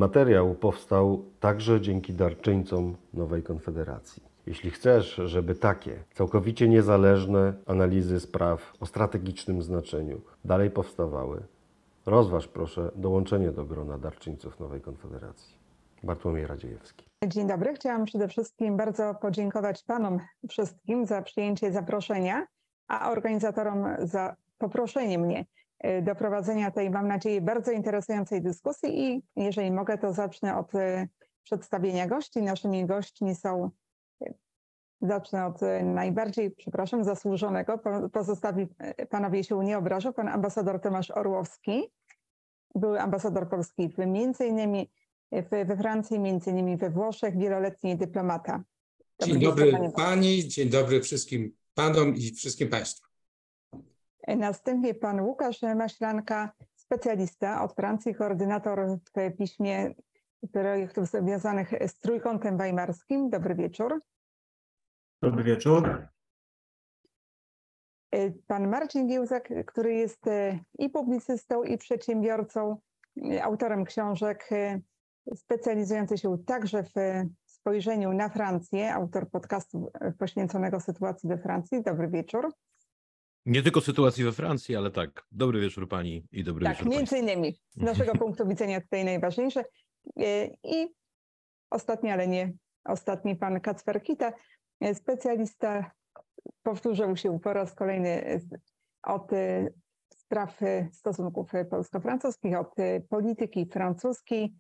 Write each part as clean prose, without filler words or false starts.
materiał powstał także dzięki darczyńcom Nowej Konfederacji. Jeśli chcesz, żeby takie całkowicie niezależne analizy spraw o strategicznym znaczeniu dalej powstawały, rozważ proszę dołączenie do grona darczyńców Nowej Konfederacji. Bartłomiej Radziejewski. Dzień dobry. Chciałam przede wszystkim bardzo podziękować panom wszystkim za przyjęcie zaproszenia, a organizatorom za poproszenie mnie do prowadzenia tej, mam nadzieję, bardzo interesującej dyskusji i jeżeli mogę, to zacznę od przedstawienia gości. Naszymi gośćmi są, zacznę od najbardziej, zasłużonego, pozostawi panowie się nie obrażą, pan ambasador Tomasz Orłowski, były ambasador Polski między innymi we Francji, między innymi we Włoszech, wieloletni dyplomata. Dzień dobry pani, dzień dobry wszystkim panom i wszystkim państwu. Następnie pan Łukasz Maślanka, specjalista od Francji, koordynator w piśmie projektów związanych z Trójkątem Weimarskim. Dobry wieczór. Dobry wieczór. Pan Marcin Giełzak, który jest i publicystą, i przedsiębiorcą, autorem książek, specjalizujący się także w spojrzeniu na Francję, autor podcastu poświęconego sytuacji we Francji. Dobry wieczór. Nie tylko sytuacji we Francji, ale tak. Dobry wieczór pani i dobry wieczór między państwu. innymi z naszego punktu widzenia tutaj najważniejsze. I ostatni, ale nie ostatni, pan Kacper Kita, specjalista, powtórzył się po raz kolejny od spraw stosunków polsko-francuskich, od polityki francuskiej.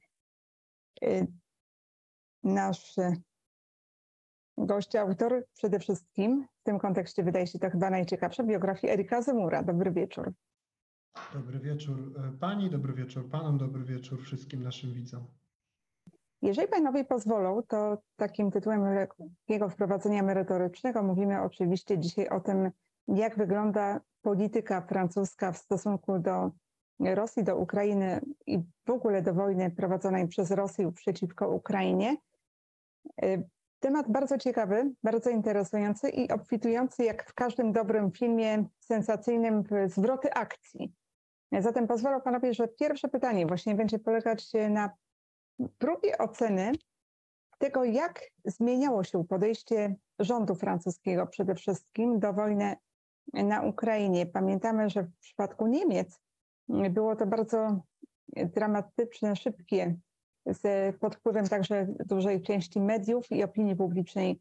Nasz gość, autor przede wszystkim, w tym kontekście wydaje się to chyba najciekawsza, biografii Erika Zemura. Dobry wieczór. Dobry wieczór pani, dobry wieczór panom, dobry wieczór wszystkim naszym widzom. Jeżeli panowie pozwolą, to takim tytułem lekkiego wprowadzenia merytorycznego mówimy oczywiście dzisiaj o tym, jak wygląda polityka francuska w stosunku do Rosji, do Ukrainy i w ogóle do wojny prowadzonej przez Rosję przeciwko Ukrainie. Temat bardzo ciekawy, bardzo interesujący i obfitujący, jak w każdym dobrym filmie sensacyjnym, w zwroty akcji. Zatem pozwolą panowie, że pierwsze pytanie właśnie będzie polegać na próbie oceny tego, jak zmieniało się podejście rządu francuskiego przede wszystkim do wojny na Ukrainie. Pamiętamy, że w przypadku Niemiec było to bardzo dramatyczne, szybkie, pod wpływem także dużej części mediów i opinii publicznej,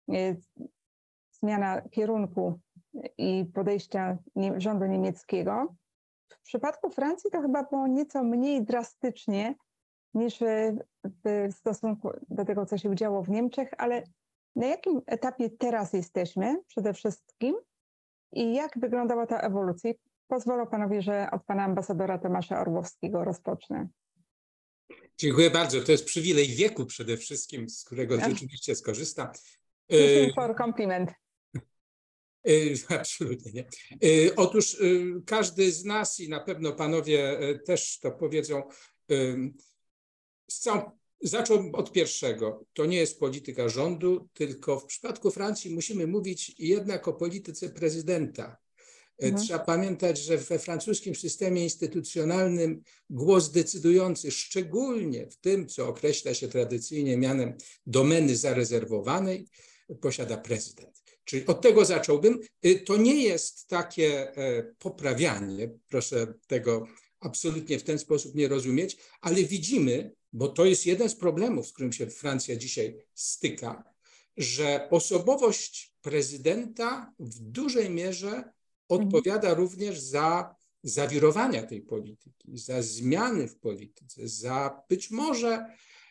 zmiana kierunku i podejścia rządu niemieckiego. W przypadku Francji to chyba było nieco mniej drastycznie niż w stosunku do tego, co się działo w Niemczech, ale na jakim etapie teraz jesteśmy przede wszystkim i jak wyglądała ta ewolucja? Pozwolą panowie, że od pana ambasadora Tomasza Orłowskiego rozpocznę. Dziękuję bardzo. To jest przywilej wieku przede wszystkim, z którego rzeczywiście skorzystam. For compliment. Absolutnie nie. Otóż każdy z nas i na pewno panowie też to powiedzą, zaczął od pierwszego. To nie jest polityka rządu, tylko w przypadku Francji musimy mówić jednak o polityce prezydenta. Trzeba pamiętać, że we francuskim systemie instytucjonalnym głos decydujący, szczególnie w tym, co określa się tradycyjnie mianem domeny zarezerwowanej, posiada prezydent. Czyli od tego zacząłbym. To nie jest takie poprawianie, proszę tego absolutnie w ten sposób nie rozumieć, ale widzimy, bo to jest jeden z problemów, z którym się Francja dzisiaj styka, że osobowość prezydenta w dużej mierze odpowiada również za zawirowania tej polityki, za zmiany w polityce, za być może,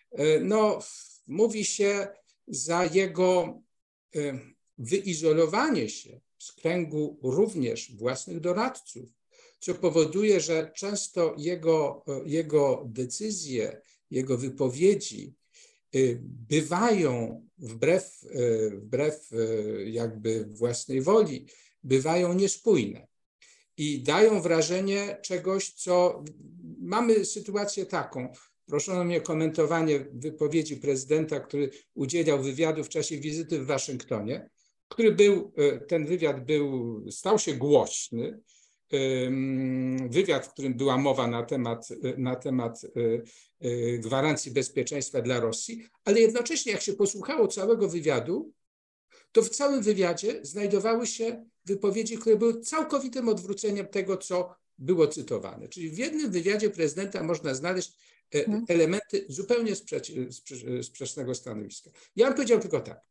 mówi się, za jego wyizolowanie się z kręgu również własnych doradców, co powoduje, że często jego decyzje, jego wypowiedzi bywają wbrew jakby własnej woli, bywają niespójne i dają wrażenie czegoś, co mamy sytuację taką. Proszono mnie o komentowanie wypowiedzi prezydenta, który udzielał wywiadu w czasie wizyty w Waszyngtonie, ten wywiad stał się głośny wywiad, w którym była mowa na temat gwarancji bezpieczeństwa dla Rosji, ale jednocześnie jak się posłuchało całego wywiadu, to w całym wywiadzie znajdowały się wypowiedzi, które były całkowitym odwróceniem tego, co było cytowane. Czyli w jednym wywiadzie prezydenta można znaleźć elementy zupełnie sprzecznego stanowiska. Ja bym powiedział tylko tak.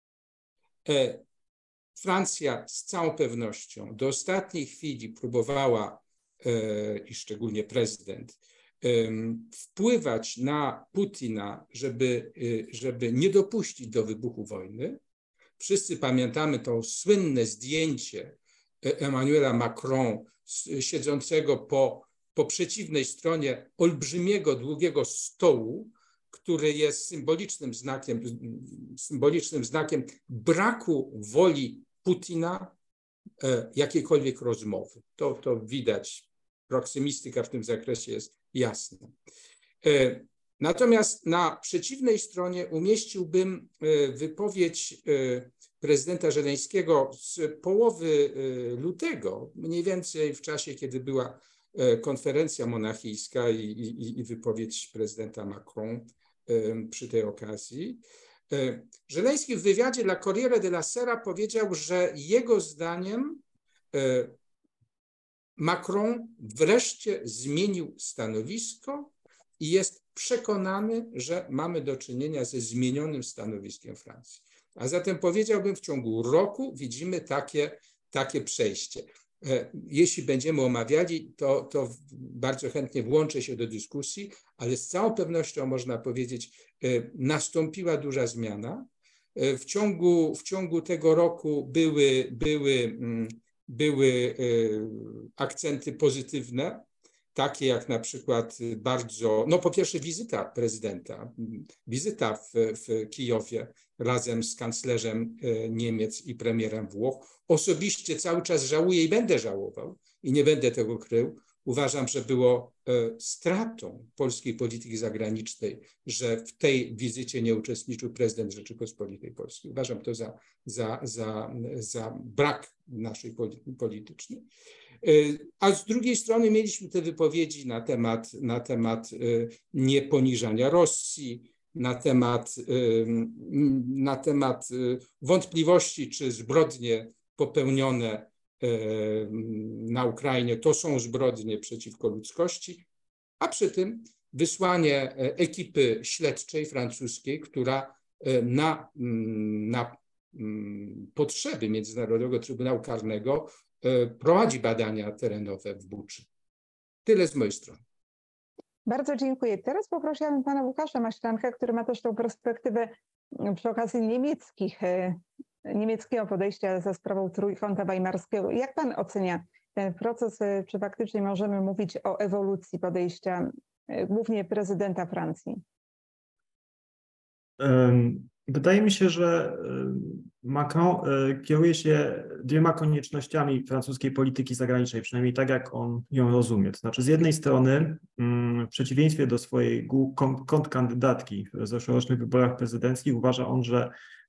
Francja z całą pewnością do ostatniej chwili próbowała, i szczególnie prezydent, wpływać na Putina, żeby nie dopuścić do wybuchu wojny. Wszyscy pamiętamy to słynne zdjęcie Emmanuela Macron siedzącego po przeciwnej stronie olbrzymiego, długiego stołu, który jest symbolicznym znakiem braku woli Putina jakiejkolwiek rozmowy. To widać, proksymistyka w tym zakresie jest jasna. Natomiast na przeciwnej stronie umieściłbym wypowiedź prezydenta Żeleńskiego z połowy lutego, mniej więcej w czasie, kiedy była konferencja monachijska i wypowiedź prezydenta Macron przy tej okazji. Żeleński w wywiadzie dla Corriere della Sera powiedział, że jego zdaniem Macron wreszcie zmienił stanowisko i jest przekonany, że mamy do czynienia ze zmienionym stanowiskiem Francji. A zatem powiedziałbym, w ciągu roku widzimy takie przejście. Jeśli będziemy omawiali, to bardzo chętnie włączę się do dyskusji, ale z całą pewnością można powiedzieć, nastąpiła duża zmiana. W ciągu tego roku były akcenty pozytywne, takie jak na przykład po pierwsze wizyta prezydenta, wizyta w Kijowie razem z kanclerzem Niemiec i premierem Włoch. Osobiście cały czas żałuję i będę żałował i nie będę tego krył. Uważam, że było stratą polskiej polityki zagranicznej, że w tej wizycie nie uczestniczył prezydent Rzeczypospolitej Polskiej. Uważam to za brak naszej politycznej. A z drugiej strony mieliśmy te wypowiedzi na temat nieponiżania Rosji, na temat wątpliwości, czy zbrodnie popełnione na Ukrainie to są zbrodnie przeciwko ludzkości, a przy tym wysłanie ekipy śledczej francuskiej, która na potrzeby Międzynarodowego Trybunału Karnego prowadzi badania terenowe w Buczy. Tyle z mojej strony. Bardzo dziękuję. Teraz poprosiłabym pana Łukasza Maślankę, który ma też tą perspektywę przy okazji niemieckiego podejścia za sprawą Trójkąta Weimarskiego. Jak pan ocenia ten proces? Czy faktycznie możemy mówić o ewolucji podejścia głównie prezydenta Francji? Wydaje mi się, że Macron kieruje się dwiema koniecznościami francuskiej polityki zagranicznej, przynajmniej tak, jak on ją rozumie. To znaczy, z jednej strony, w przeciwieństwie do swojej kontrkandydatki w zeszłorocznych wyborach prezydenckich, uważa on, że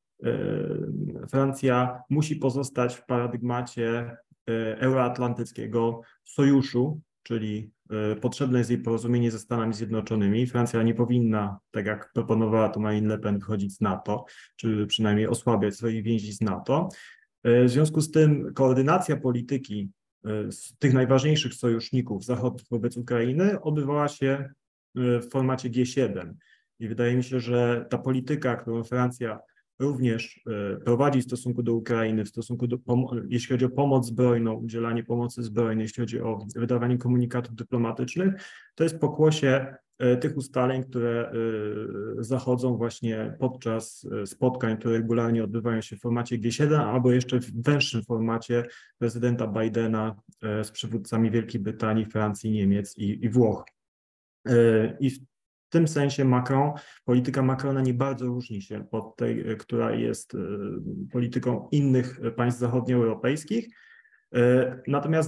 Francja musi pozostać w paradygmacie euroatlantyckiego sojuszu, czyli potrzebne jest jej porozumienie ze Stanami Zjednoczonymi. Francja nie powinna, tak jak proponowała to Marine Le Pen, wchodzić z NATO, czy przynajmniej osłabiać swoich więzi z NATO. W związku z tym koordynacja polityki z tych najważniejszych sojuszników zachodnich wobec Ukrainy odbywała się w formacie G7. I wydaje mi się, że ta polityka, którą Francja również prowadzi w stosunku do Ukrainy, jeśli chodzi o pomoc zbrojną, udzielanie pomocy zbrojnej, jeśli chodzi o wydawanie komunikatów dyplomatycznych, to jest pokłosie tych ustaleń, które zachodzą właśnie podczas spotkań, które regularnie odbywają się w formacie G7, albo jeszcze w węższym formacie prezydenta Bidena z przywódcami Wielkiej Brytanii, Francji, Niemiec i Włoch. I w tym sensie polityka Macrona nie bardzo różni się od tej, która jest polityką innych państw zachodnioeuropejskich. Natomiast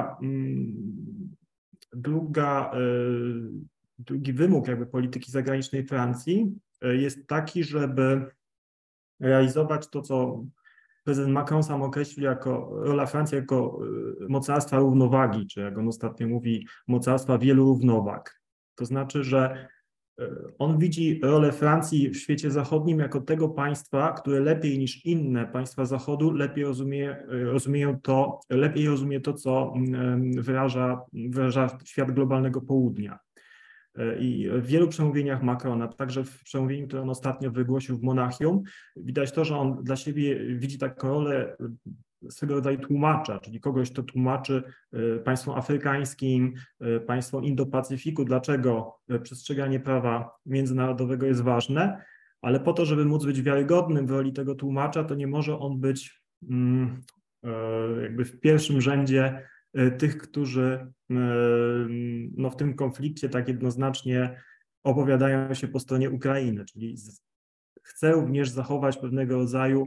drugi wymóg jakby polityki zagranicznej Francji jest taki, żeby realizować to, co prezydent Macron sam określił jako rola Francji jako mocarstwa równowagi, czy jak on ostatnio mówi, mocarstwa wielu równowag. To znaczy, że on widzi rolę Francji w świecie zachodnim jako tego państwa, które lepiej niż inne państwa Zachodu lepiej lepiej rozumie to, co wyraża świat globalnego południa. I w wielu przemówieniach Macrona, także w przemówieniu, które on ostatnio wygłosił w Monachium, widać to, że on dla siebie widzi taką rolę swego rodzaju tłumacza, czyli kogoś, kto tłumaczy państwom afrykańskim, państwom Indo-Pacyfiku, dlaczego przestrzeganie prawa międzynarodowego jest ważne, ale po to, żeby móc być wiarygodnym w roli tego tłumacza, to nie może on być jakby w pierwszym rzędzie tych, którzy no, w tym konflikcie tak jednoznacznie opowiadają się po stronie Ukrainy, czyli chce również zachować pewnego rodzaju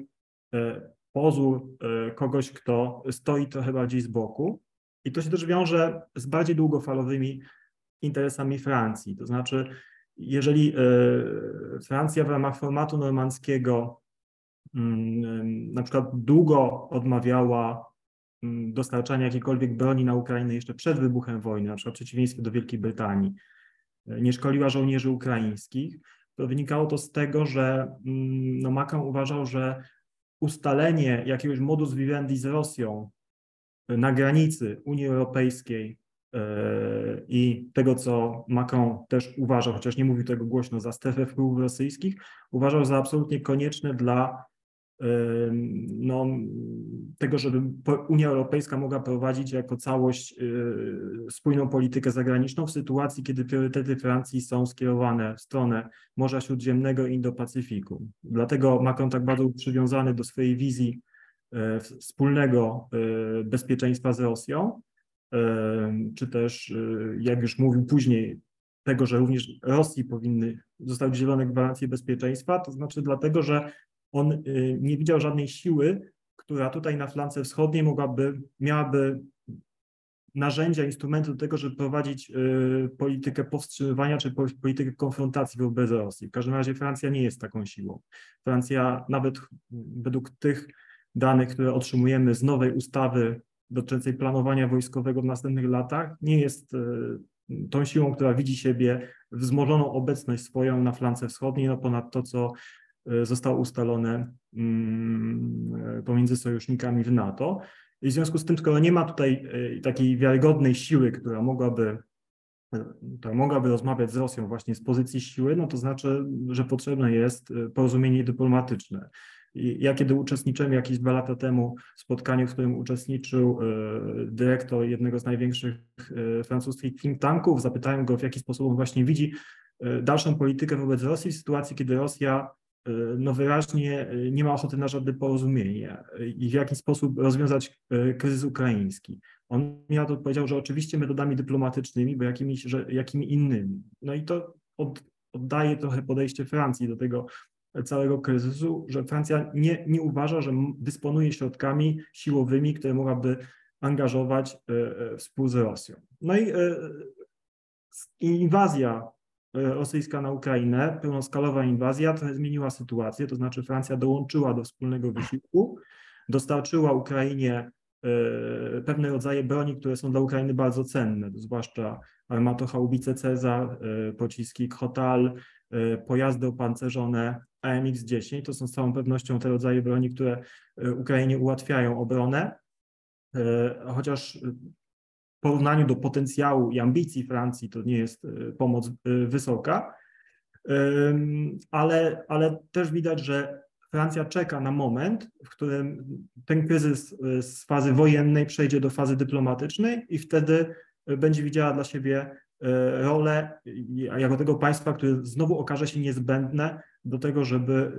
pozór kogoś, kto stoi trochę bardziej z boku. I to się też wiąże z bardziej długofalowymi interesami Francji. To znaczy, jeżeli Francja w ramach formatu normandzkiego na przykład długo odmawiała dostarczania jakiejkolwiek broni na Ukrainę jeszcze przed wybuchem wojny, na przykład w przeciwieństwie do Wielkiej Brytanii, nie szkoliła żołnierzy ukraińskich, to wynikało to z tego, że no, Macron uważał, że ustalenie jakiegoś modus vivendi z Rosją na granicy Unii Europejskiej i tego, co Macron też uważał, chociaż nie mówił tego głośno, za strefę wpływów rosyjskich, uważał za absolutnie konieczne dla no, tego, żeby Unia Europejska mogła prowadzić jako całość spójną politykę zagraniczną w sytuacji, kiedy priorytety Francji są skierowane w stronę Morza Śródziemnego i Indo-Pacyfiku. Dlatego Macron tak bardzo był przywiązany do swojej wizji wspólnego bezpieczeństwa z Rosją, czy też, jak już mówił później, tego, że również Rosji powinny zostać udzielone gwarancje bezpieczeństwa, to znaczy dlatego, że on nie widział żadnej siły, która tutaj na flance wschodniej miałaby narzędzia, instrumenty do tego, żeby prowadzić politykę powstrzymywania czy politykę konfrontacji wobec Rosji. W każdym razie Francja nie jest taką siłą. Francja nawet według tych danych, które otrzymujemy z nowej ustawy dotyczącej planowania wojskowego w następnych latach, nie jest tą siłą, która widzi siebie wzmożoną obecność swoją na flance wschodniej, no ponad to, co zostało ustalone pomiędzy sojusznikami w NATO. I w związku z tym, skoro nie ma tutaj takiej wiarygodnej siły, która mogłaby rozmawiać z Rosją właśnie z pozycji siły, no to znaczy, że potrzebne jest porozumienie dyplomatyczne. I ja kiedy uczestniczyłem jakieś 2 lata temu w spotkaniu, w którym uczestniczył dyrektor jednego z największych francuskich think tanków, zapytałem go, w jaki sposób on właśnie widzi dalszą politykę wobec Rosji w sytuacji, kiedy Rosja no wyraźnie nie ma ochoty na żadne porozumienie i w jaki sposób rozwiązać kryzys ukraiński. On mi na to odpowiedział, że oczywiście metodami dyplomatycznymi, bo jakimi innymi. No i to oddaje trochę podejście Francji do tego całego kryzysu, że Francja nie uważa, że dysponuje środkami siłowymi, które mogłaby angażować współ z Rosją. No i inwazja rosyjska na Ukrainę, pełnoskalowa inwazja, trochę zmieniła sytuację, to znaczy Francja dołączyła do wspólnego wysiłku, dostarczyła Ukrainie pewne rodzaje broni, które są dla Ukrainy bardzo cenne, zwłaszcza armatohaubice Cezar, pociski Khotal, pojazdy opancerzone AMX-10. To są z całą pewnością te rodzaje broni, które Ukrainie ułatwiają obronę, chociaż w porównaniu do potencjału i ambicji Francji to nie jest pomoc wysoka, ale też widać, że Francja czeka na moment, w którym ten kryzys z fazy wojennej przejdzie do fazy dyplomatycznej i wtedy będzie widziała dla siebie rolę jako tego państwa, które znowu okaże się niezbędne do tego, żeby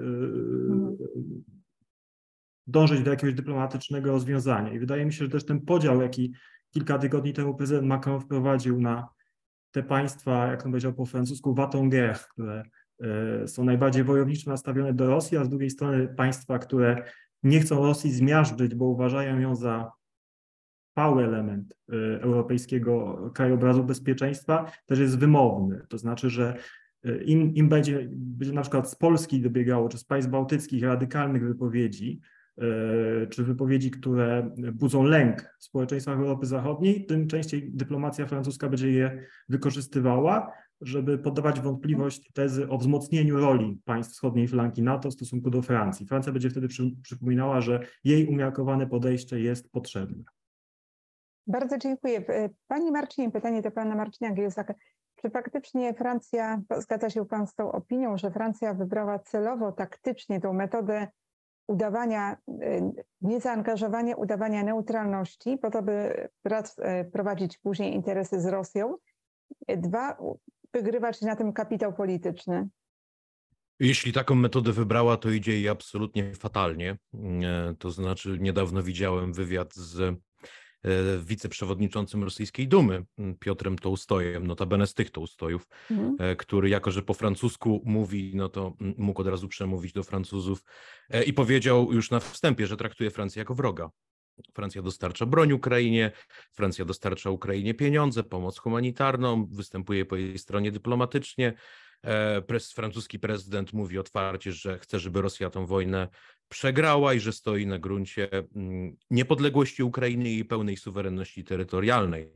dążyć do jakiegoś dyplomatycznego rozwiązania. I wydaje mi się, że też ten podział, jaki kilka tygodni temu prezydent Macron wprowadził na te państwa, jak on powiedział po francusku, va en guerre, które są najbardziej wojowniczo nastawione do Rosji, a z drugiej strony państwa, które nie chcą Rosji zmiażdżyć, bo uważają ją za trwały element europejskiego krajobrazu bezpieczeństwa, też jest wymowny. To znaczy, że im będzie na przykład z Polski dobiegało, czy z państw bałtyckich radykalnych wypowiedzi, czy wypowiedzi, które budzą lęk w społeczeństwach Europy Zachodniej, tym częściej dyplomacja francuska będzie je wykorzystywała, żeby poddawać wątpliwość tezy o wzmocnieniu roli państw wschodniej flanki NATO w stosunku do Francji. Francja będzie wtedy przypominała, że jej umiarkowane podejście jest potrzebne. Bardzo dziękuję. Pani Marcinie, pytanie do pana Marcina Giełzaka. Czy faktycznie Francja, zgadza się pan z tą opinią, że Francja wybrała celowo, taktycznie tą metodę udawania, niezaangażowania, udawania neutralności, po to, by raz prowadzić później interesy z Rosją, dwa, wygrywać na tym kapitał polityczny? Jeśli taką metodę wybrała, to idzie jej absolutnie fatalnie. To znaczy, niedawno widziałem wywiad z wiceprzewodniczącym rosyjskiej Dumy, Piotrem Tołstojem, notabene z tych Tołstojów, który jako, że po francusku mówi, no to mógł od razu przemówić do Francuzów i powiedział już na wstępie, że traktuje Francję jako wroga. Francja dostarcza broń Ukrainie, Francja dostarcza Ukrainie pieniądze, pomoc humanitarną, występuje po jej stronie dyplomatycznie. Francuski prezydent mówi otwarcie, że chce, żeby Rosja tę wojnę przegrała i że stoi na gruncie niepodległości Ukrainy i jej pełnej suwerenności terytorialnej.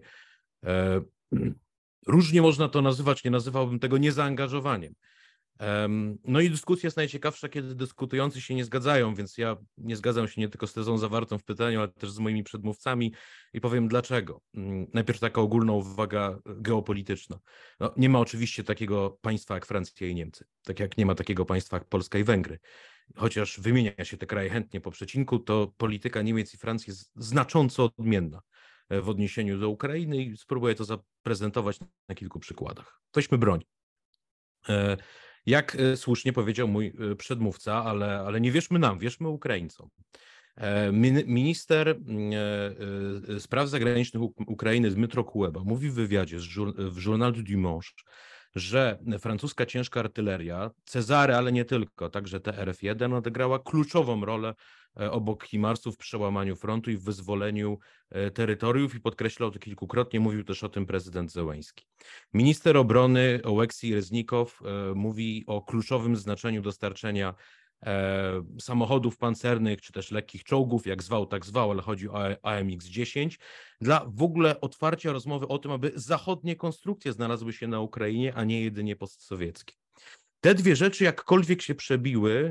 Różnie można to nazywać, nie nazywałbym tego niezaangażowaniem. No i dyskusja jest najciekawsza, kiedy dyskutujący się nie zgadzają, więc ja nie zgadzam się nie tylko z tezą zawartą w pytaniu, ale też z moimi przedmówcami i powiem dlaczego. Najpierw taka ogólna uwaga geopolityczna. No, nie ma oczywiście takiego państwa jak Francja i Niemcy, tak jak nie ma takiego państwa jak Polska i Węgry. Chociaż wymienia się te kraje chętnie po przecinku, to polityka Niemiec i Francji jest znacząco odmienna w odniesieniu do Ukrainy i spróbuję to zaprezentować na kilku przykładach. Weźmy broń. Jak słusznie powiedział mój przedmówca, ale nie wierzmy nam, wierzmy Ukraińcom. Minister spraw zagranicznych Ukrainy Dmytro Kuleba mówi w wywiadzie w Journal du Dimanche, że francuska ciężka artyleria, Cezary, ale nie tylko, także TRF-1 odegrała kluczową rolę obok HIMARS-ów w przełamaniu frontu i w wyzwoleniu terytoriów i podkreślał to kilkukrotnie, mówił też o tym prezydent Zełenski. Minister obrony Oleksij Reznikow mówi o kluczowym znaczeniu dostarczenia samochodów pancernych, czy też lekkich czołgów, jak zwał, tak zwał, ale chodzi o AMX-10, dla w ogóle otwarcia rozmowy o tym, aby zachodnie konstrukcje znalazły się na Ukrainie, a nie jedynie postsowieckie. Te dwie rzeczy jakkolwiek się przebiły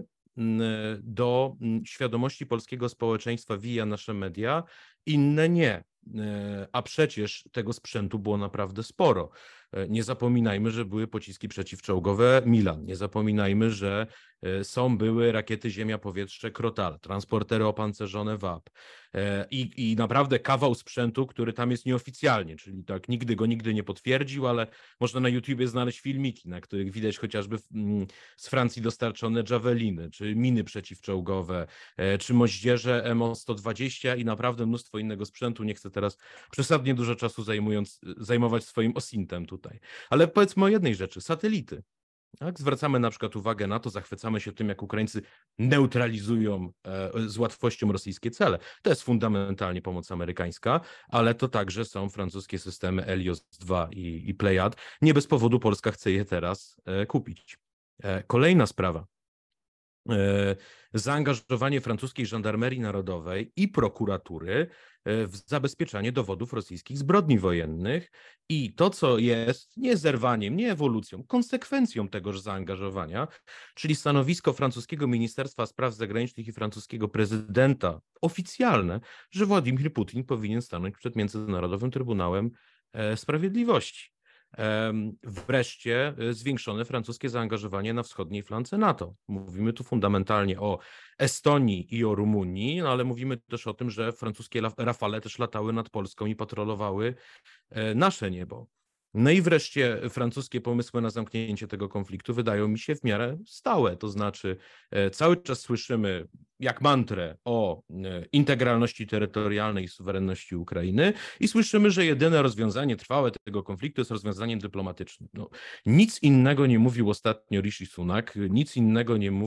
do świadomości polskiego społeczeństwa via nasze media, inne nie. A przecież tego sprzętu było naprawdę sporo. Nie zapominajmy, że były pociski przeciwczołgowe Milan. Nie zapominajmy, że były rakiety ziemia-powietrze Krotal, transportery opancerzone WAP i naprawdę kawał sprzętu, który tam jest nieoficjalnie, czyli tak nigdy nie potwierdził, ale można na YouTubie znaleźć filmiki, na których widać chociażby z Francji dostarczone javeliny, czy miny przeciwczołgowe, czy moździerze MO-120 i naprawdę mnóstwo innego sprzętu. Nie chcę teraz przesadnie dużo czasu zajmować swoim osintem tutaj. Ale powiedzmy o jednej rzeczy, satelity. Tak? Zwracamy na przykład uwagę na to, zachwycamy się tym, jak Ukraińcy neutralizują z łatwością rosyjskie cele. To jest fundamentalnie pomoc amerykańska, ale to także są francuskie systemy Helios-2 i Pléiades. Nie bez powodu Polska chce je teraz kupić. Kolejna sprawa. Zaangażowanie francuskiej żandarmerii narodowej i prokuratury w zabezpieczanie dowodów rosyjskich zbrodni wojennych i to, co jest nie zerwaniem, nie ewolucją, konsekwencją tegoż zaangażowania, czyli stanowisko francuskiego Ministerstwa Spraw Zagranicznych i francuskiego prezydenta oficjalne, że Władimir Putin powinien stanąć przed Międzynarodowym Trybunałem Sprawiedliwości. Wreszcie zwiększone francuskie zaangażowanie na wschodniej flance NATO. Mówimy tu fundamentalnie o Estonii i o Rumunii, no ale mówimy też o tym, że francuskie Rafale też latały nad Polską i patrolowały nasze niebo. No i wreszcie francuskie pomysły na zamknięcie tego konfliktu wydają mi się w miarę stałe, to znaczy cały czas słyszymy jak mantrę o integralności terytorialnej i suwerenności Ukrainy i słyszymy, że jedyne rozwiązanie trwałe tego konfliktu jest rozwiązaniem dyplomatycznym. No, nic innego nie mówił ostatnio Rishi Sunak, nic innego nie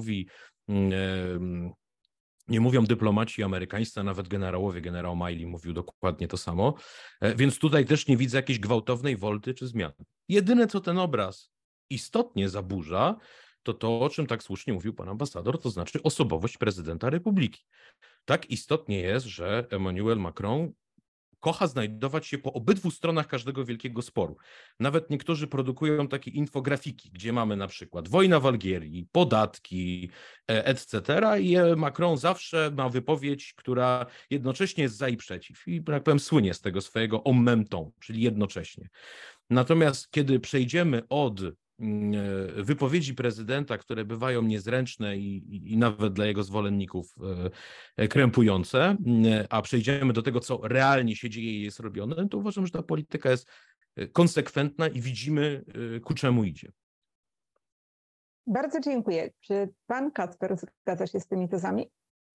mówią dyplomaci amerykańscy, a nawet generałowie, generał Miley mówił dokładnie to samo, więc tutaj też nie widzę jakiejś gwałtownej wolty czy zmian. Jedyne, co ten obraz istotnie zaburza, to, o czym tak słusznie mówił pan ambasador, to znaczy osobowość prezydenta republiki. Tak istotnie jest, że Emmanuel Macron kocha znajdować się po obydwu stronach każdego wielkiego sporu. Nawet niektórzy produkują takie infografiki, gdzie mamy na przykład wojna w Algierii, podatki, etc. I Macron zawsze ma wypowiedź, która jednocześnie jest za i przeciw. I, jak powiem, słynie z tego swojego en même temps, czyli jednocześnie. Natomiast kiedy przejdziemy od wypowiedzi prezydenta, które bywają niezręczne i nawet dla jego zwolenników krępujące, a przejdziemy do tego, co realnie się dzieje i jest robione, to uważam, że ta polityka jest konsekwentna i widzimy, ku czemu idzie. Bardzo dziękuję. Czy pan Kacper zgadza się z tymi tezami?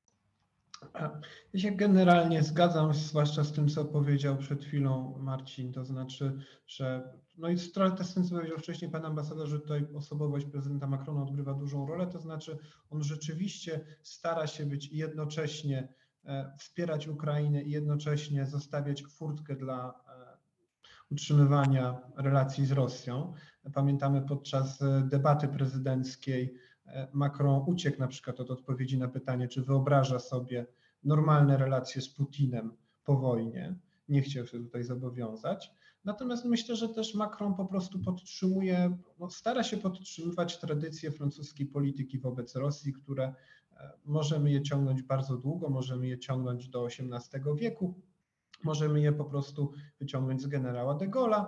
Ja się generalnie zgadzam, zwłaszcza z tym, co powiedział przed chwilą Marcin, to znaczy, że no i trochę też z tym, co powiedział wcześniej pan ambasador, że tutaj osobowość prezydenta Macrona odgrywa dużą rolę, to znaczy on rzeczywiście stara się być i jednocześnie wspierać Ukrainę i jednocześnie zostawiać furtkę dla utrzymywania relacji z Rosją. Pamiętamy podczas debaty prezydenckiej Macron uciekł na przykład od odpowiedzi na pytanie, czy wyobraża sobie normalne relacje z Putinem po wojnie. Nie chciał się tutaj zobowiązać. Natomiast myślę, że też Macron po prostu podtrzymuje, stara się podtrzymywać tradycje francuskiej polityki wobec Rosji, które możemy je ciągnąć bardzo długo, możemy je ciągnąć do XVIII wieku, możemy je po prostu wyciągnąć z generała de Gaulle'a,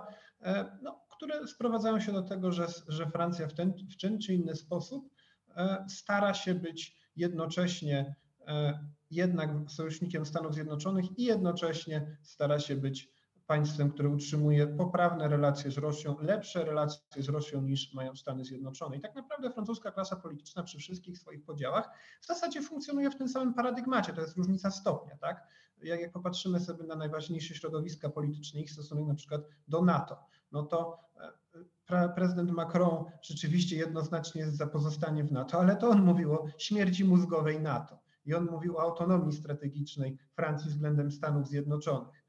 które sprowadzają się do tego, że Francja w ten czy inny sposób stara się być jednocześnie jednak sojusznikiem Stanów Zjednoczonych i jednocześnie stara się być państwem, które utrzymuje poprawne relacje z Rosją, lepsze relacje z Rosją niż mają Stany Zjednoczone. I tak naprawdę francuska klasa polityczna przy wszystkich swoich podziałach w zasadzie funkcjonuje w tym samym paradygmacie, to jest różnica stopnia, tak? Jak popatrzymy sobie na najważniejsze środowiska polityczne, ich stosunek na przykład do NATO, no to prezydent Macron rzeczywiście jednoznacznie jest za pozostaniem w NATO, ale to on mówił o śmierci mózgowej NATO i on mówił o autonomii strategicznej Francji względem Stanów Zjednoczonych.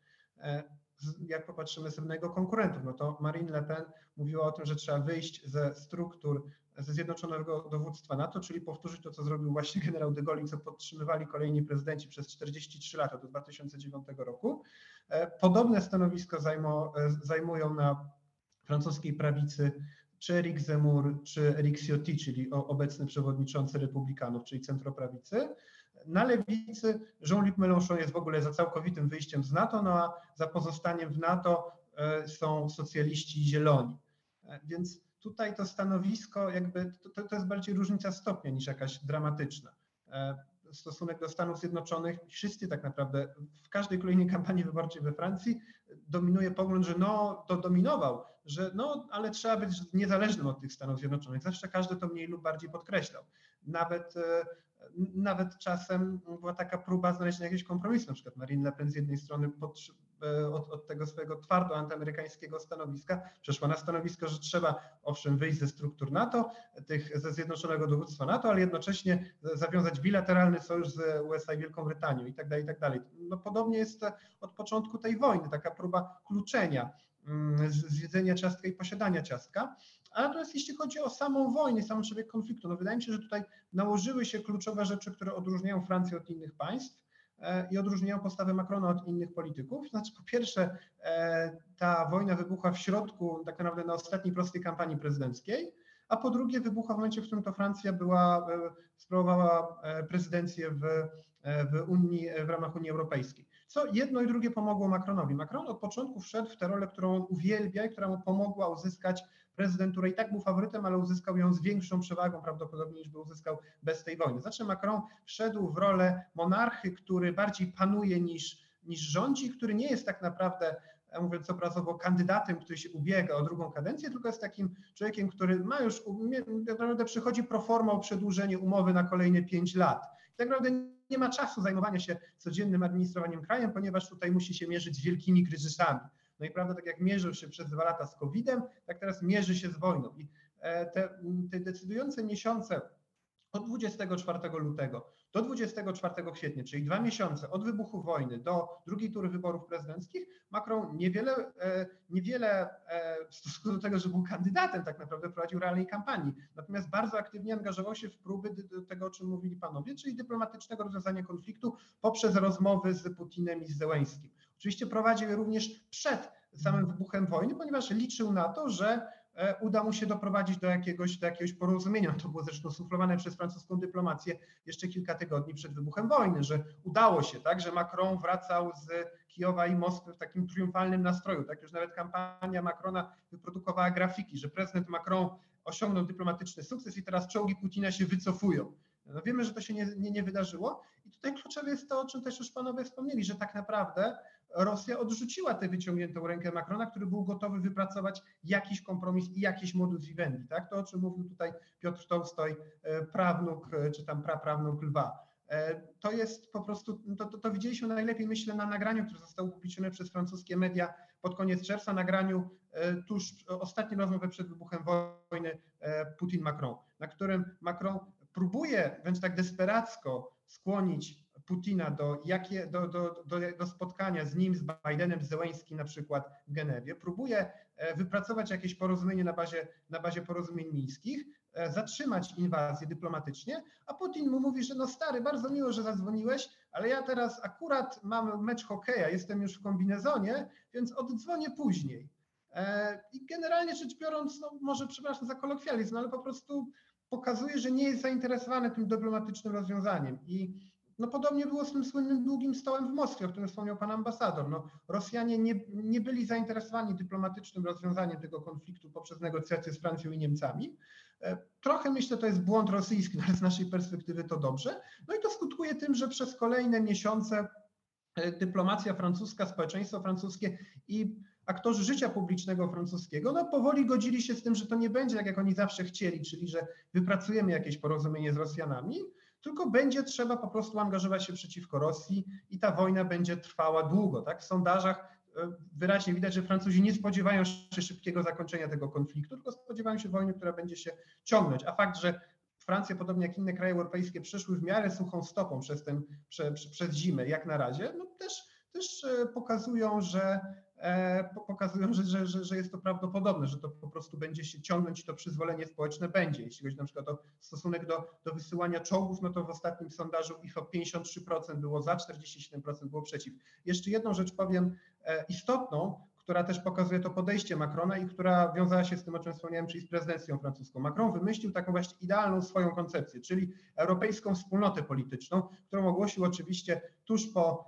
Jak popatrzymy sobie na jego konkurentów, no to Marine Le Pen mówiła o tym, że trzeba wyjść ze struktur ze Zjednoczonego Dowództwa NATO, czyli powtórzyć to, co zrobił właśnie generał de Gaulle i co podtrzymywali kolejni prezydenci przez 43 lata do 2009 roku. Podobne stanowisko zajmują na francuskiej prawicy czy Eric Zemmour, czy Eric Ciotti, czyli obecny przewodniczący Republikanów, czyli centroprawicy. Na lewicy Jean-Luc Mélenchon jest w ogóle za całkowitym wyjściem z NATO, no a za pozostaniem w NATO są socjaliści i zieloni. Więc tutaj to stanowisko jakby to jest bardziej różnica stopnia niż jakaś dramatyczna. Stosunek do Stanów Zjednoczonych, wszyscy tak naprawdę w każdej kolejnej kampanii wyborczej we Francji dominuje pogląd, że dominował, że ale trzeba być niezależnym od tych Stanów Zjednoczonych. Zawsze każdy to mniej lub bardziej podkreślał. Nawet czasem była taka próba znalezienia jakiegoś kompromisu, na przykład Marine Le Pen z jednej strony od tego swojego twardo antyamerykańskiego stanowiska przeszła na stanowisko, że trzeba owszem wyjść ze struktur NATO, ze Zjednoczonego Dowództwa NATO, ale jednocześnie zawiązać bilateralny sojusz z USA i Wielką Brytanią i tak dalej, i tak dalej. No podobnie jest od początku tej wojny, taka próba kluczenia, zjedzenia ciastka i posiadania ciastka. A natomiast jeśli chodzi o samą wojnę, sam przebieg konfliktu, no wydaje mi się, że tutaj nałożyły się kluczowe rzeczy, które odróżniają Francję od innych państw i odróżniają postawę Macrona od innych polityków. Znaczy po pierwsze ta wojna wybucha w środku, tak naprawdę na ostatniej prostej kampanii prezydenckiej, a po drugie wybucha w momencie, w którym to Francja sprawowała prezydencję w ramach Unii Europejskiej. Co jedno i drugie pomogło Macronowi. Macron od początku wszedł w tę rolę, którą on uwielbia i która mu pomogła uzyskać prezydenturę. I tak był faworytem, ale uzyskał ją z większą przewagą prawdopodobnie niż by uzyskał bez tej wojny. Znaczy Macron wszedł w rolę monarchy, który bardziej panuje niż rządzi, który nie jest tak naprawdę, mówiąc obrazowo, kandydatem, który się ubiega o drugą kadencję, tylko jest takim człowiekiem, który ma już, tak naprawdę przychodzi pro forma o przedłużenie umowy na kolejne 5 lat. I tak naprawdę nie ma czasu zajmowania się codziennym administrowaniem krajem, ponieważ tutaj musi się mierzyć z wielkimi kryzysami. No i prawda, tak jak mierzył się przez 2 lata z COVID-em, tak teraz mierzy się z wojną. I te decydujące miesiące od 24 lutego do 24 kwietnia, czyli 2 miesiące od wybuchu wojny do drugiej tury wyborów prezydenckich, Macron niewiele w stosunku do tego, że był kandydatem, tak naprawdę prowadził realnej kampanii. Natomiast bardzo aktywnie angażował się w próby tego, o czym mówili panowie, czyli dyplomatycznego rozwiązania konfliktu poprzez rozmowy z Putinem i z Zełenskim. Oczywiście prowadził je również przed samym wybuchem wojny, ponieważ liczył na to, że uda mu się doprowadzić do jakiegoś porozumienia. To było zresztą suflowane przez francuską dyplomację jeszcze kilka tygodni przed wybuchem wojny, że udało się, tak, że Macron wracał z Kijowa i Moskwy w takim triumfalnym nastroju. Tak, już nawet kampania Macrona wyprodukowała grafiki, że prezydent Macron osiągnął dyplomatyczny sukces i teraz czołgi Putina się wycofują. No wiemy, że to się nie wydarzyło i tutaj kluczowe jest to, o czym też już panowie wspomnieli, że tak naprawdę Rosja odrzuciła tę wyciągniętą rękę Macrona, który był gotowy wypracować jakiś kompromis i jakiś modus vivendi. Tak? To, o czym mówił tutaj Piotr Tołstoj, prawnuk czy tam praprawnuk Lwa. To jest po prostu, to widzieliśmy najlepiej, myślę, na nagraniu, które zostało upublicznione przez francuskie media pod koniec czerwca, nagraniu tuż ostatniej rozmowy przed wybuchem wojny Putin-Macron, na którym Macron próbuje wręcz tak desperacko skłonić Putina do spotkania z nim, z Bidenem, z Zełenskim na przykład w Genewie, próbuje wypracować jakieś porozumienie na bazie porozumień mińskich, zatrzymać inwazję dyplomatycznie, a Putin mu mówi, że no stary, bardzo miło, że zadzwoniłeś, ale ja teraz akurat mam mecz hokeja, jestem już w kombinezonie, więc oddzwonię później. I generalnie rzecz biorąc, no może przepraszam za kolokwializm, ale po prostu pokazuje, że nie jest zainteresowany tym dyplomatycznym rozwiązaniem. I no podobnie było z tym słynnym długim stołem w Moskwie, o którym wspomniał pan ambasador. No, Rosjanie nie byli zainteresowani dyplomatycznym rozwiązaniem tego konfliktu poprzez negocjacje z Francją i Niemcami. Trochę myślę, to jest błąd rosyjski, ale z naszej perspektywy to dobrze. No i to skutkuje tym, że przez kolejne miesiące dyplomacja francuska, społeczeństwo francuskie i aktorzy życia publicznego francuskiego no powoli godzili się z tym, że to nie będzie tak, jak oni zawsze chcieli, czyli że wypracujemy jakieś porozumienie z Rosjanami, tylko będzie trzeba po prostu angażować się przeciwko Rosji i ta wojna będzie trwała długo. Tak? W sondażach wyraźnie widać, że Francuzi nie spodziewają się szybkiego zakończenia tego konfliktu, tylko spodziewają się wojny, która będzie się ciągnąć. A fakt, że Francja, podobnie jak inne kraje europejskie, przeszły w miarę suchą stopą przez zimę, jak na razie, no też pokazują, że jest to prawdopodobne, że to po prostu będzie się ciągnąć i to przyzwolenie społeczne będzie. Jeśli chodzi na przykład o stosunek do wysyłania czołgów, no to w ostatnim sondażu IFO 53% było za, 47% było przeciw. Jeszcze jedną rzecz powiem istotną, która też pokazuje to podejście Macrona i która wiązała się z tym, o czym wspomniałem, czyli z prezydencją francuską. Macron wymyślił taką właśnie idealną swoją koncepcję, czyli europejską wspólnotę polityczną, którą ogłosił oczywiście tuż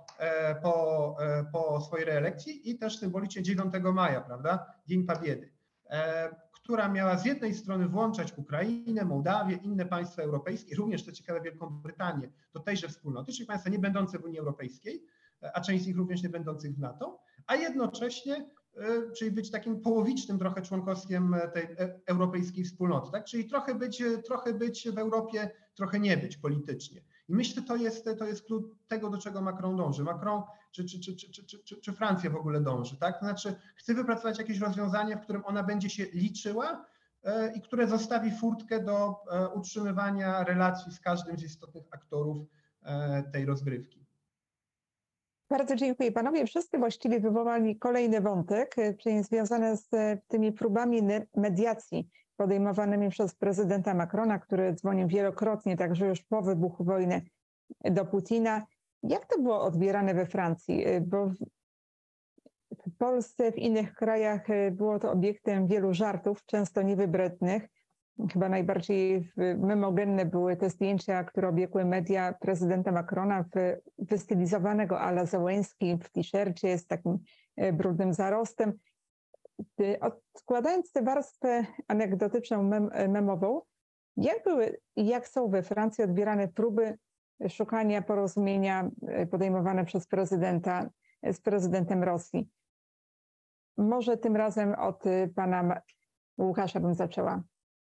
po swojej reelekcji i też symbolicznie 9 maja, prawda, Dzień Pabiedy, która miała z jednej strony włączać Ukrainę, Mołdawię, inne państwa europejskie, również co ciekawe Wielką Brytanię do tejże wspólnoty, czyli państwa nie będące w Unii Europejskiej, a część z nich również nie będących w NATO, a jednocześnie, czyli być takim połowicznym trochę członkowskiem tej europejskiej wspólnoty, tak? Czyli trochę być w Europie, trochę nie być politycznie. I myślę, to jest klucz tego, do czego Macron dąży. Macron czy Francja w ogóle dąży, tak? To znaczy chce wypracować jakieś rozwiązanie, w którym ona będzie się liczyła i które zostawi furtkę do utrzymywania relacji z każdym z istotnych aktorów tej rozgrywki. Bardzo dziękuję. Panowie wszyscy właściwie wywołali kolejny wątek, czyli związany z tymi próbami mediacji podejmowanymi przez prezydenta Macrona, który dzwonił wielokrotnie, także już po wybuchu wojny, do Putina. Jak to było odbierane we Francji? Bo w Polsce, w innych krajach było to obiektem wielu żartów, często niewybrednych. Chyba najbardziej memogenne były te zdjęcia, które obiegły media prezydenta Macrona wystylizowanego à la Zełenski w t-shircie z takim brudnym zarostem. Odkładając tę warstwę anegdotyczną, memową, jak są we Francji odbierane próby szukania porozumienia podejmowane przez prezydenta z prezydentem Rosji? Może tym razem od pana Łukasza bym zaczęła.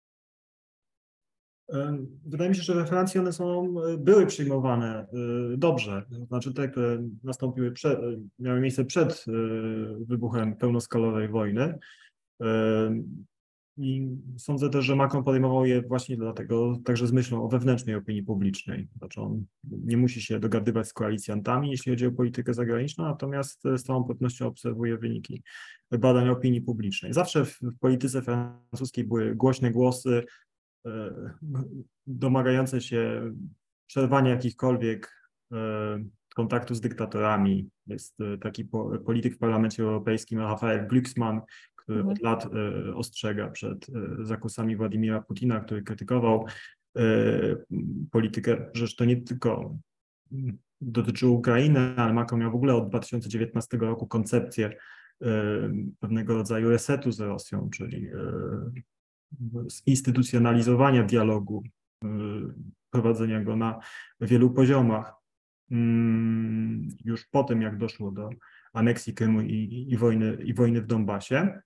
Wydaje mi się, że we Francji one były przyjmowane dobrze. Znaczy te, które miały miejsce przed wybuchem pełnoskalowej wojny. I sądzę też, że Macron podejmował je właśnie dlatego, także z myślą o wewnętrznej opinii publicznej. Znaczy on nie musi się dogadywać z koalicjantami, jeśli chodzi o politykę zagraniczną, natomiast z całą pewnością obserwuje wyniki badań opinii publicznej. Zawsze w polityce francuskiej były głośne głosy domagające się przerwania jakichkolwiek kontaktu z dyktatorami. Jest taki polityk w Parlamencie Europejskim, Raphael Glucksmann, który od lat ostrzega przed zakusami Władimira Putina, który krytykował politykę, że to nie tylko dotyczyło Ukrainy, ale Macron miał w ogóle od 2019 roku koncepcję pewnego rodzaju resetu z Rosją, czyli zinstytucjonalizowania dialogu, prowadzenia go na wielu poziomach. Już po tym, jak doszło do aneksji Krymu i wojny w Donbasie.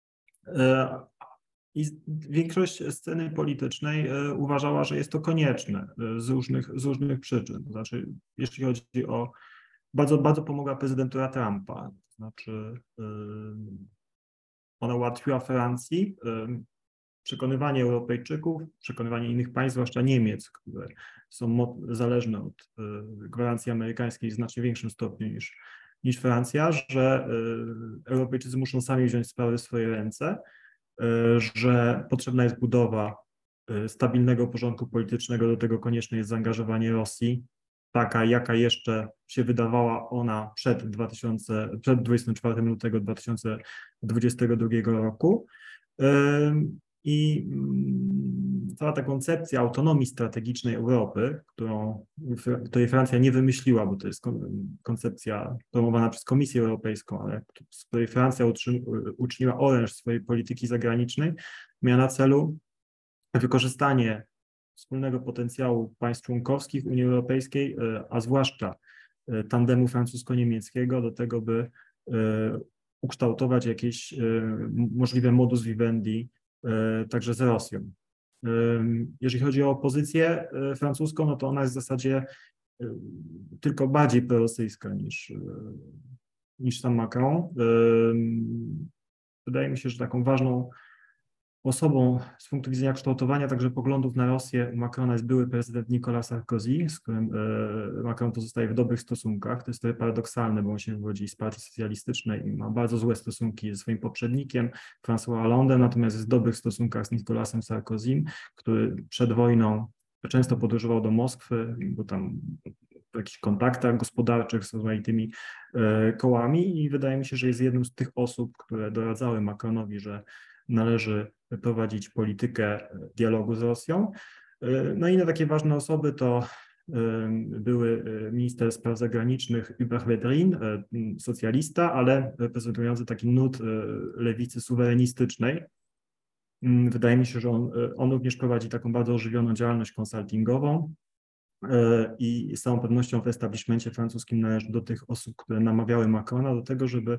I większość sceny politycznej uważała, że jest to konieczne z różnych przyczyn. To znaczy, jeśli chodzi o... Bardzo pomogła prezydentura Trumpa. To znaczy, ona ułatwiła Francji przekonywanie Europejczyków, przekonywanie innych państw, zwłaszcza Niemiec, które są zależne od gwarancji amerykańskiej w znacznie większym stopniu niż Francja, że Europejczycy muszą sami wziąć sprawy w swoje ręce, że potrzebna jest budowa stabilnego porządku politycznego, do tego konieczne jest zaangażowanie Rosji, taka jaka jeszcze się wydawała ona przed 24 lutego 2022 roku. I cała ta koncepcja autonomii strategicznej Europy, której Francja nie wymyśliła, bo to jest koncepcja promowana przez Komisję Europejską, ale z której Francja uczyniła oręż swojej polityki zagranicznej, miała na celu wykorzystanie wspólnego potencjału państw członkowskich Unii Europejskiej, a zwłaszcza tandemu francusko-niemieckiego do tego, by ukształtować jakieś możliwe modus vivendi także z Rosją. Jeżeli chodzi o opozycję francuską, no to ona jest w zasadzie tylko bardziej prorosyjska niż sam Macron. Wydaje mi się, że taką ważną osobą z punktu widzenia kształtowania także poglądów na Rosję Macrona jest były prezydent Nicolas Sarkozy, z którym Macron pozostaje w dobrych stosunkach. To jest trochę paradoksalne, bo on się wywodzi z partii socjalistycznej i ma bardzo złe stosunki ze swoim poprzednikiem, François Hollandem, natomiast jest w dobrych stosunkach z Nicolasem Sarkozym, który przed wojną często podróżował do Moskwy, bo tam w jakichś kontaktach gospodarczych z rozmaitymi kołami i wydaje mi się, że jest jedną z tych osób, które doradzały Macronowi, że należy prowadzić politykę dialogu z Rosją. No i inne takie ważne osoby to były minister spraw zagranicznych Hubert Védrine, socjalista, ale reprezentujący taki nurt lewicy suwerenistycznej. Wydaje mi się, że on również prowadzi taką bardzo ożywioną działalność konsultingową i z całą pewnością w establishmencie francuskim należy do tych osób, które namawiały Macrona do tego, żeby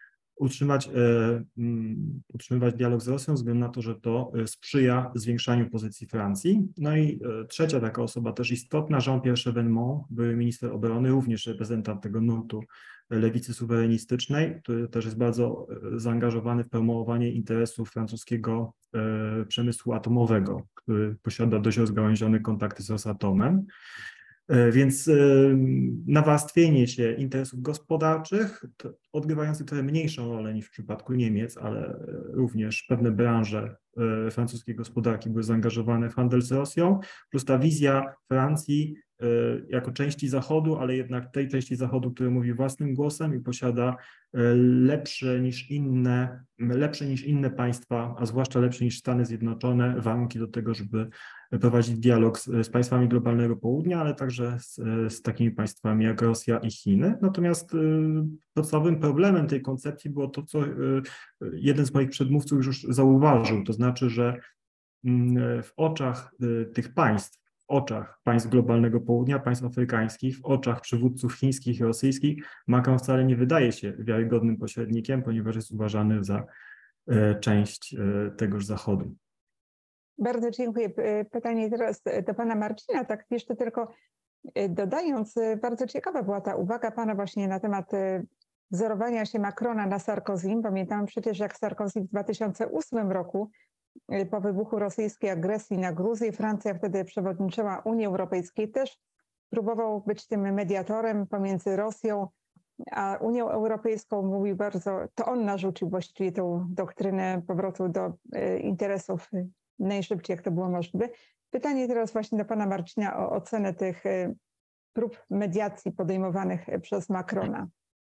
utrzymywać dialog z Rosją, ze względu na to, że to sprzyja zwiększaniu pozycji Francji. No i trzecia taka osoba też istotna, Jean-Pierre Chevènement, były minister obrony, również reprezentant tego nurtu lewicy suwerenistycznej, który też jest bardzo zaangażowany w promowanie interesów francuskiego przemysłu atomowego, który posiada dość rozgałęzione kontakty z Rosatomem. Więc nawarstwienie się interesów gospodarczych, odgrywających trochę mniejszą rolę niż w przypadku Niemiec, ale również pewne branże francuskiej gospodarki były zaangażowane w handel z Rosją, plus ta wizja Francji jako części Zachodu, ale jednak tej części Zachodu, która mówi własnym głosem i posiada lepsze niż inne państwa, a zwłaszcza lepsze niż Stany Zjednoczone, warunki do tego, żeby prowadzić dialog z państwami globalnego południa, ale także z takimi państwami jak Rosja i Chiny. Natomiast podstawowym problemem tej koncepcji było to, co jeden z moich przedmówców już zauważył, to znaczy, że w oczach tych państw, w oczach państw globalnego południa, państw afrykańskich, w oczach przywódców chińskich i rosyjskich Macron wcale nie wydaje się wiarygodnym pośrednikiem, ponieważ jest uważany za część tegoż Zachodu. Bardzo dziękuję. Pytanie teraz do pana Marcina, tak jeszcze tylko dodając, bardzo ciekawa była ta uwaga pana właśnie na temat wzorowania się Macrona na Sarkozym. Pamiętam przecież, jak Sarkozy w 2008 roku po wybuchu rosyjskiej agresji na Gruzję. Francja wtedy przewodniczyła Unii Europejskiej, też próbował być tym mediatorem pomiędzy Rosją a Unią Europejską. Mówił bardzo, to on narzucił właściwie tą doktrynę powrotu do interesów najszybciej, jak to było możliwe. Pytanie teraz właśnie do pana Marcina o ocenę tych prób mediacji podejmowanych przez Macrona.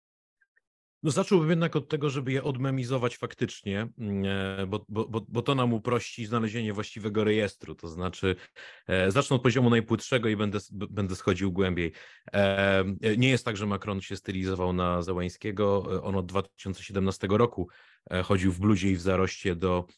No zacząłbym jednak od tego, żeby je odmemizować faktycznie, bo to nam uprości znalezienie właściwego rejestru, to znaczy zacznę od poziomu najpłytszego i będę schodził głębiej. Nie jest tak, że Macron się stylizował na Zełańskiego, on od 2017 roku chodził w bluzie i w zaroście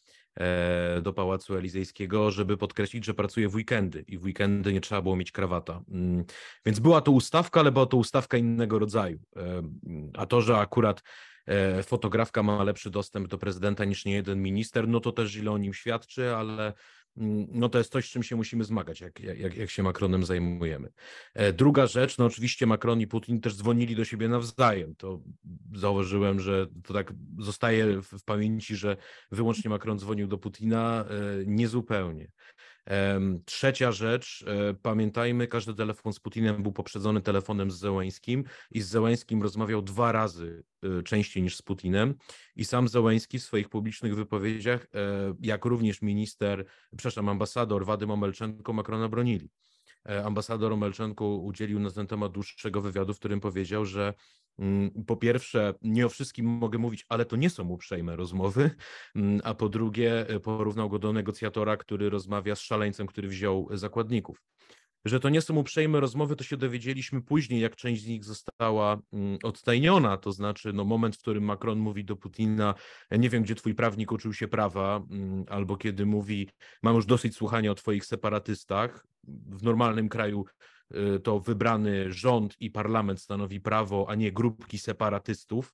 do Pałacu Elizejskiego, żeby podkreślić, że pracuje w weekendy i w weekendy nie trzeba było mieć krawata. Więc była to ustawka, ale była to ustawka innego rodzaju. A to, że akurat fotografka ma lepszy dostęp do prezydenta niż niejeden minister, no to też źle o nim świadczy, ale no to jest coś, z czym się musimy zmagać, jak się Macronem zajmujemy. Druga rzecz, no oczywiście Macron i Putin też dzwonili do siebie nawzajem. To zauważyłem, że to tak zostaje w pamięci, że wyłącznie Macron dzwonił do Putina, niezupełnie. Trzecia rzecz, pamiętajmy, każdy telefon z Putinem był poprzedzony telefonem z Zełańskim i z Zełańskim rozmawiał 2 razy częściej niż z Putinem i sam Zełański w swoich publicznych wypowiedziach, jak również ambasador Wadym Omelczenko Macrona bronili. Ambasador Omelczenko udzielił na ten temat dłuższego wywiadu, w którym powiedział, że po pierwsze, nie o wszystkim mogę mówić, ale to nie są uprzejme rozmowy, a po drugie, porównał go do negocjatora, który rozmawia z szaleńcem, który wziął zakładników. Że to nie są uprzejme rozmowy, to się dowiedzieliśmy później, jak część z nich została odtajniona, to znaczy no, moment, w którym Macron mówi do Putina, nie wiem, gdzie twój prawnik uczył się prawa, albo kiedy mówi, mam już dosyć słuchania o twoich separatystach. W normalnym kraju to wybrany rząd i parlament stanowi prawo, a nie grupki separatystów.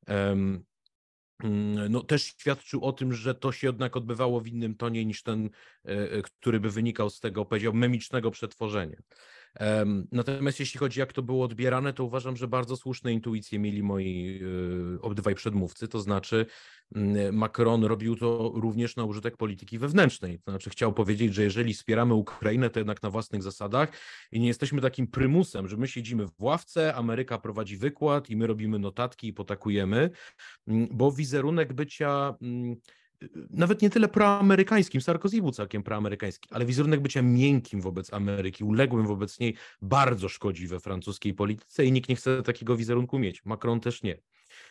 No, też świadczył o tym, że to się jednak odbywało w innym tonie niż ten, który by wynikał z tego, powiedziałbym, memicznego przetworzenia. Natomiast jeśli chodzi, jak to było odbierane, to uważam, że bardzo słuszne intuicje mieli moi obydwaj przedmówcy, to znaczy Macron robił to również na użytek polityki wewnętrznej, to znaczy chciał powiedzieć, że jeżeli wspieramy Ukrainę, to jednak na własnych zasadach i nie jesteśmy takim prymusem, że my siedzimy w ławce, Ameryka prowadzi wykład i my robimy notatki i potakujemy, bo wizerunek bycia nawet nie tyle proamerykańskim, Sarkozy był całkiem proamerykański, ale wizerunek bycia miękkim wobec Ameryki, uległym wobec niej bardzo szkodzi we francuskiej polityce i nikt nie chce takiego wizerunku mieć. Macron też nie.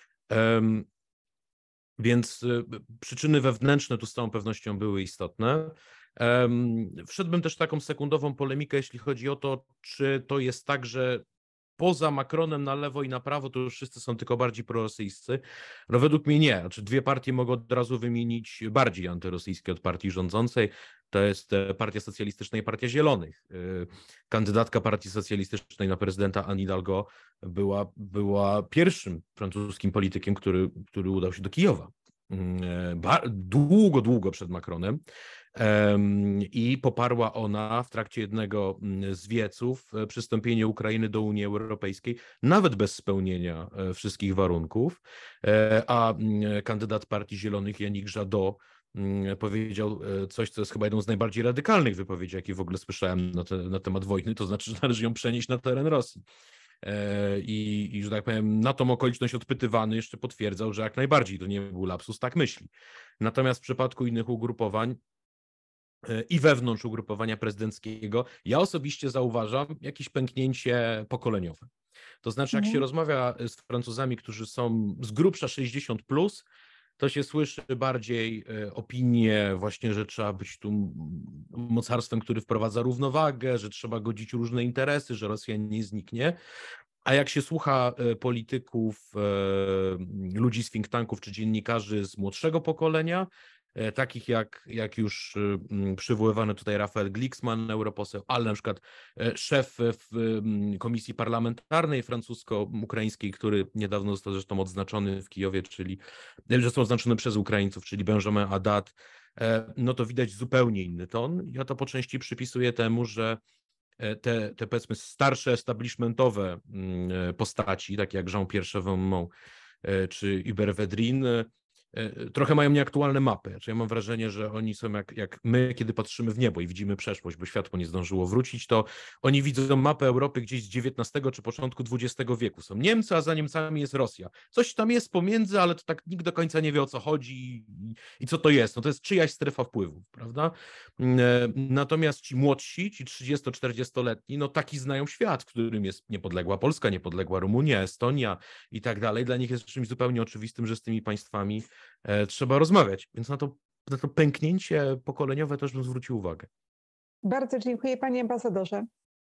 Więc przyczyny wewnętrzne tu z całą pewnością były istotne. Wszedłbym też w taką sekundową polemikę, jeśli chodzi o to, czy to jest tak, że poza Macronem na lewo i na prawo to już wszyscy są tylko bardziej prorosyjscy. No według mnie nie. Znaczy, 2 partie mogę od razu wymienić bardziej antyrosyjskie od partii rządzącej. To jest Partia Socjalistyczna i Partia Zielonych. Kandydatka Partii Socjalistycznej na prezydenta Anne Hidalgo była pierwszym francuskim politykiem, który udał się do Kijowa. Długo przed Macronem. I poparła ona w trakcie jednego z wieców przystąpienie Ukrainy do Unii Europejskiej, nawet bez spełnienia wszystkich warunków, a kandydat Partii Zielonych Yannick Jadot powiedział coś, co jest chyba jedną z najbardziej radykalnych wypowiedzi, jakie w ogóle słyszałem na temat wojny, to znaczy, że należy ją przenieść na teren Rosji. I że tak powiem, na tą okoliczność odpytywany jeszcze potwierdzał, że jak najbardziej to nie był lapsus, tak myśli. Natomiast w przypadku innych ugrupowań i wewnątrz ugrupowania prezydenckiego, ja osobiście zauważam jakieś pęknięcie pokoleniowe. To znaczy, jak się rozmawia z Francuzami, którzy są z grubsza 60+, to się słyszy bardziej opinie właśnie, że trzeba być tu mocarstwem, który wprowadza równowagę, że trzeba godzić różne interesy, że Rosja nie zniknie. A jak się słucha polityków, ludzi z think tanków czy dziennikarzy z młodszego pokolenia, takich jak już przywoływany tutaj Rafael Glicksmann, europoseł, ale na przykład szef w komisji parlamentarnej francusko-ukraińskiej, który niedawno został zresztą odznaczony w Kijowie, czyli został odznaczony przez Ukraińców, czyli Benjamin Haddad, no to widać zupełnie inny ton. Ja to po części przypisuję temu, że te powiedzmy starsze establishmentowe postaci, takie jak Jean-Pierre Chevènement czy Hubert Védrine, trochę mają nieaktualne mapy. Znaczy ja mam wrażenie, że oni są jak my, kiedy patrzymy w niebo i widzimy przeszłość, bo światło nie zdążyło wrócić, to oni widzą mapę Europy gdzieś z XIX czy początku XX wieku. Są Niemcy, a za Niemcami jest Rosja. Coś tam jest pomiędzy, ale to tak nikt do końca nie wie, o co chodzi i co to jest. No to jest czyjaś strefa wpływów, prawda? Natomiast ci młodsi, ci 30-40-letni, no taki znają świat, w którym jest niepodległa Polska, niepodległa Rumunia, Estonia i tak dalej. Dla nich jest czymś zupełnie oczywistym, że z tymi państwami trzeba rozmawiać. Więc na to pęknięcie pokoleniowe też bym zwrócił uwagę. Bardzo dziękuję, panie ambasadorze.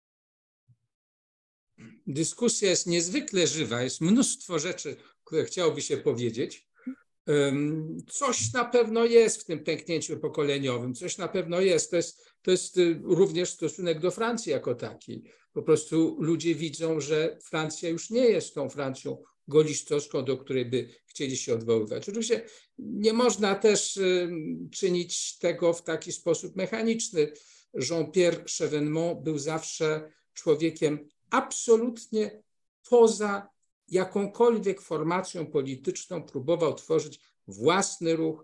Dyskusja jest niezwykle żywa, jest mnóstwo rzeczy, które chciałoby się powiedzieć. Coś na pewno jest w tym pęknięciu pokoleniowym, coś na pewno jest. To jest również stosunek do Francji jako takiej. Po prostu ludzie widzą, że Francja już nie jest tą Francją golistowską, do której by chcieli się odwoływać. Oczywiście nie można też czynić tego w taki sposób mechaniczny. Jean-Pierre Chevènement był zawsze człowiekiem absolutnie poza jakąkolwiek formacją polityczną, próbował tworzyć własny ruch.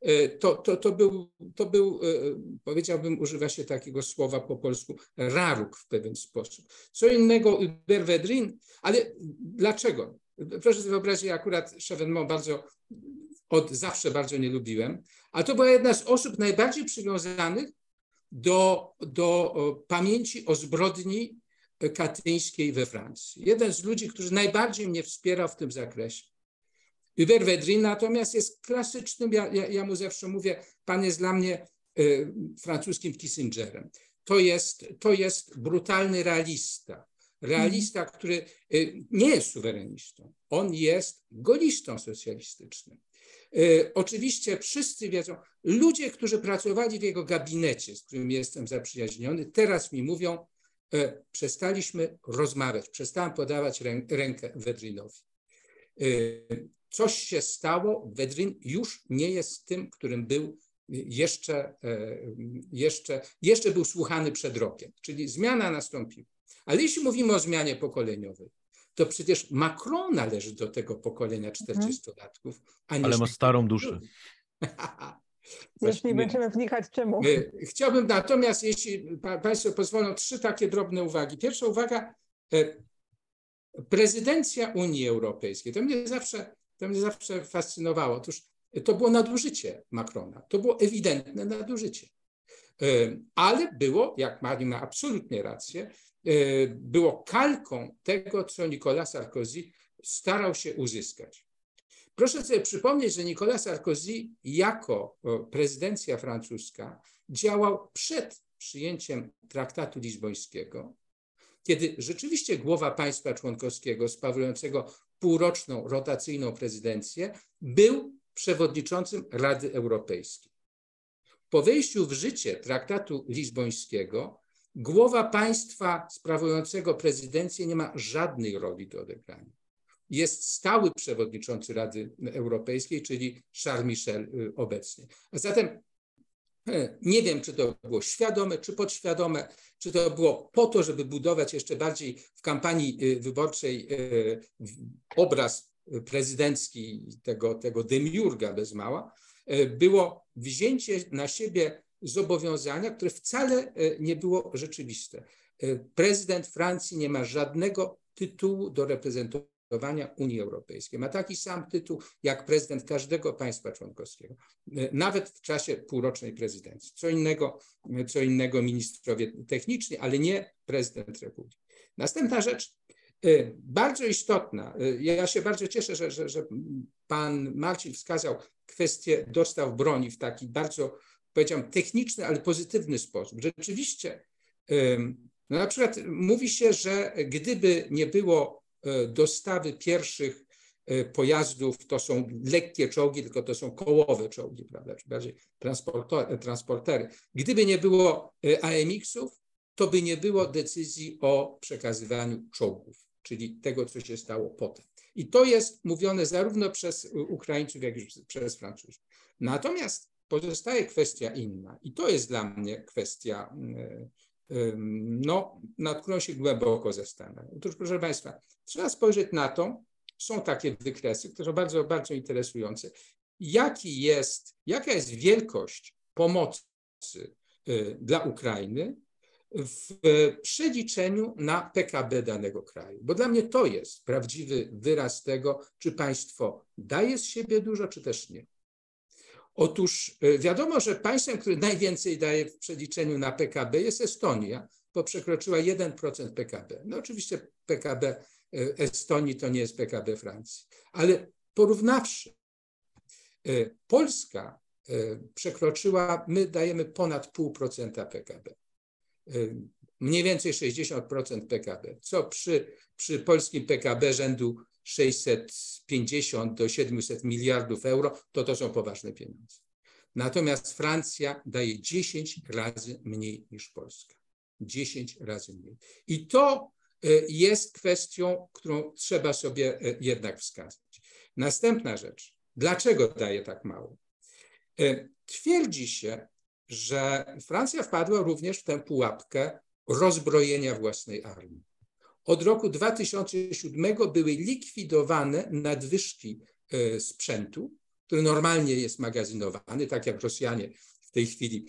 To był, powiedziałbym, używa się takiego słowa po polsku, raruk w pewien sposób. Co innego Hubert Védrine, ale dlaczego? Proszę sobie wyobrazić, ja akurat Chevènement od zawsze bardzo nie lubiłem, a to była jedna z osób najbardziej przywiązanych do pamięci o zbrodni katyńskiej we Francji. Jeden z ludzi, który najbardziej mnie wspierał w tym zakresie. Hubert Védrine natomiast jest klasycznym, ja mu zawsze mówię, pan jest dla mnie francuskim Kissingerem. To jest brutalny realista, który nie jest suwerenistą. On jest golistą socjalistycznym. Oczywiście wszyscy wiedzą, ludzie, którzy pracowali w jego gabinecie, z którym jestem zaprzyjaźniony, teraz mi mówią, przestaliśmy rozmawiać, przestałem podawać rękę Védrinowi. Coś się stało, Védrine już nie jest tym, którym był jeszcze był słuchany przed rokiem, czyli zmiana nastąpiła. Ale jeśli mówimy o zmianie pokoleniowej, to przecież Macron należy do tego pokolenia 40-latków. Ale ma starą duszę. Już nie będziemy wnikać czemu. Chciałbym natomiast, jeśli Państwo pozwolą, 3 takie drobne uwagi. Pierwsza uwaga, prezydencja Unii Europejskiej. To mnie zawsze fascynowało. Otóż to było nadużycie Macrona. To było ewidentne nadużycie. Ale było, jak Marii ma absolutnie rację, było kalką tego, co Nicolas Sarkozy starał się uzyskać. Proszę sobie przypomnieć, że Nicolas Sarkozy jako prezydencja francuska działał przed przyjęciem traktatu lizbońskiego, kiedy rzeczywiście głowa państwa członkowskiego sprawującego półroczną rotacyjną prezydencję był przewodniczącym Rady Europejskiej. Po wejściu w życie traktatu lizbońskiego głowa państwa sprawującego prezydencję nie ma żadnej roli do odegrania. Jest stały przewodniczący Rady Europejskiej, czyli Charles Michel obecnie. A zatem nie wiem, czy to było świadome, czy podświadome, czy to było po to, żeby budować jeszcze bardziej w kampanii wyborczej obraz prezydencki tego demiurga bez mała, było wzięcie na siebie zobowiązania, które wcale nie było rzeczywiste. Prezydent Francji nie ma żadnego tytułu do reprezentowania Unii Europejskiej. Ma taki sam tytuł jak prezydent każdego państwa członkowskiego, nawet w czasie półrocznej prezydencji. Co innego ministrowie techniczni, ale nie prezydent Republiki. Następna rzecz, bardzo istotna. Ja się bardzo cieszę, że pan Marcin wskazał kwestię dostaw broni w taki bardzo, powiedziałem, techniczny, ale pozytywny sposób. Rzeczywiście, no na przykład mówi się, że gdyby nie było dostawy pierwszych pojazdów, to są lekkie czołgi, tylko to są kołowe czołgi, prawda, czy bardziej transportery. Gdyby nie było AMX-ów, to by nie było decyzji o przekazywaniu czołgów, czyli tego, co się stało potem. I to jest mówione zarówno przez Ukraińców, jak i przez Francuzów. Natomiast pozostaje kwestia inna i to jest dla mnie kwestia, nad którą się głęboko zastanawiam. Otóż, proszę Państwa, trzeba spojrzeć na to, są takie wykresy, które są bardzo, bardzo interesujące. jaka jest wielkość pomocy dla Ukrainy w przeliczeniu na PKB danego kraju. Bo dla mnie to jest prawdziwy wyraz tego, czy państwo daje z siebie dużo, czy też nie. Otóż wiadomo, że państwem, które najwięcej daje w przeliczeniu na PKB, jest Estonia, bo przekroczyła 1% PKB. No oczywiście PKB Estonii to nie jest PKB Francji, ale porównawszy, Polska przekroczyła, my dajemy ponad 0,5% PKB. Mniej więcej 60% PKB, co przy polskim PKB rzędu 650 do 700 miliardów euro, to są poważne pieniądze. Natomiast Francja daje 10 razy mniej niż Polska. 10 razy mniej. I to jest kwestią, którą trzeba sobie jednak wskazać. Następna rzecz. Dlaczego daje tak mało? Twierdzi się, że Francja wpadła również w tę pułapkę rozbrojenia własnej armii. Od roku 2007 były likwidowane nadwyżki sprzętu, który normalnie jest magazynowany, tak jak Rosjanie w tej chwili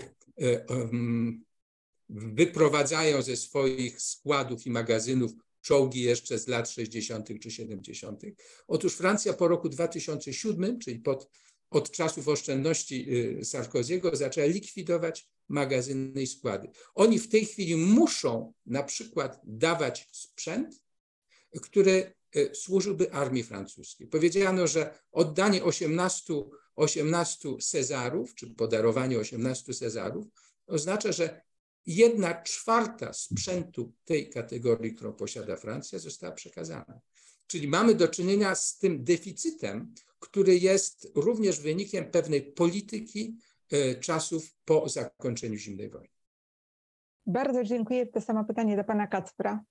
wyprowadzają ze swoich składów i magazynów czołgi jeszcze z lat 60. czy 70. Otóż Francja po roku 2007, czyli od czasów oszczędności Sarkoziego, zaczęła likwidować magazyny i składy. Oni w tej chwili muszą na przykład dawać sprzęt, który służyłby armii francuskiej. Powiedziano, że oddanie 18 Cezarów, czy podarowanie 18 Cezarów, oznacza, że 1/4 sprzętu tej kategorii, którą posiada Francja, została przekazana. Czyli mamy do czynienia z tym deficytem, który jest również wynikiem pewnej polityki czasów po zakończeniu zimnej wojny. Bardzo dziękuję. To samo pytanie do pana Kacpra.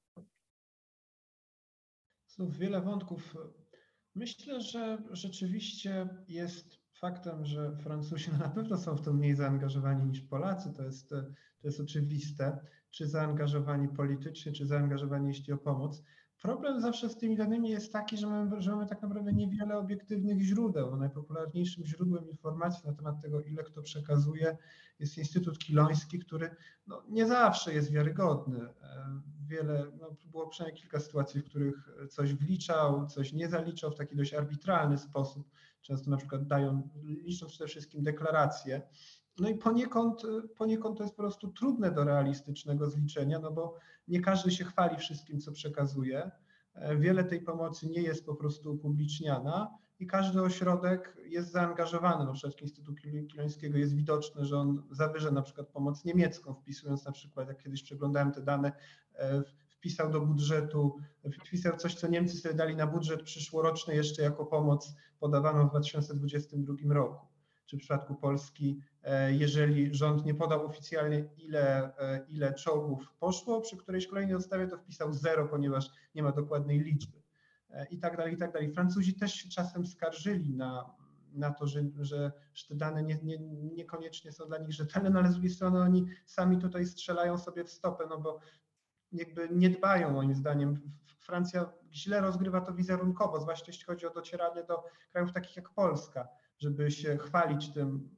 Znów wiele wątków. Myślę, że rzeczywiście jest faktem, że Francuzi na pewno są w to mniej zaangażowani niż Polacy. To jest oczywiste. Czy zaangażowani politycznie, czy zaangażowani jeśli o pomoc. Problem zawsze z tymi danymi jest taki, że mamy tak naprawdę niewiele obiektywnych źródeł. Najpopularniejszym źródłem informacji na temat tego, ile kto przekazuje, jest Instytut Kiloński, który nie zawsze jest wiarygodny. Było przynajmniej kilka sytuacji, w których coś wliczał, coś nie zaliczał w taki dość arbitralny sposób. Często na przykład liczą przede wszystkim deklaracje. No i poniekąd to jest po prostu trudne do realistycznego zliczenia, bo nie każdy się chwali wszystkim, co przekazuje. Wiele tej pomocy nie jest po prostu upubliczniana i każdy ośrodek jest zaangażowany. Na przykład Instytutu Kilońskiego jest widoczne, że on zawyża na przykład pomoc niemiecką, wpisując na przykład, jak kiedyś przeglądałem te dane, wpisał do budżetu, wpisał coś, co Niemcy sobie dali na budżet przyszłoroczny jeszcze jako pomoc podawaną w 2022 roku. Czy w przypadku Polski, jeżeli rząd nie podał oficjalnie, ile czołgów poszło, przy którejś kolejnej odstawie to wpisał 0, ponieważ nie ma dokładnej liczby i tak dalej, i tak dalej. Francuzi też się czasem skarżyli na to, że te dane niekoniecznie są dla nich rzetelne, ale z drugiej strony oni sami tutaj strzelają sobie w stopę, bo jakby nie dbają moim zdaniem. Francja źle rozgrywa to wizerunkowo, zwłaszcza jeśli chodzi o docieranie do krajów takich jak Polska, żeby się chwalić tym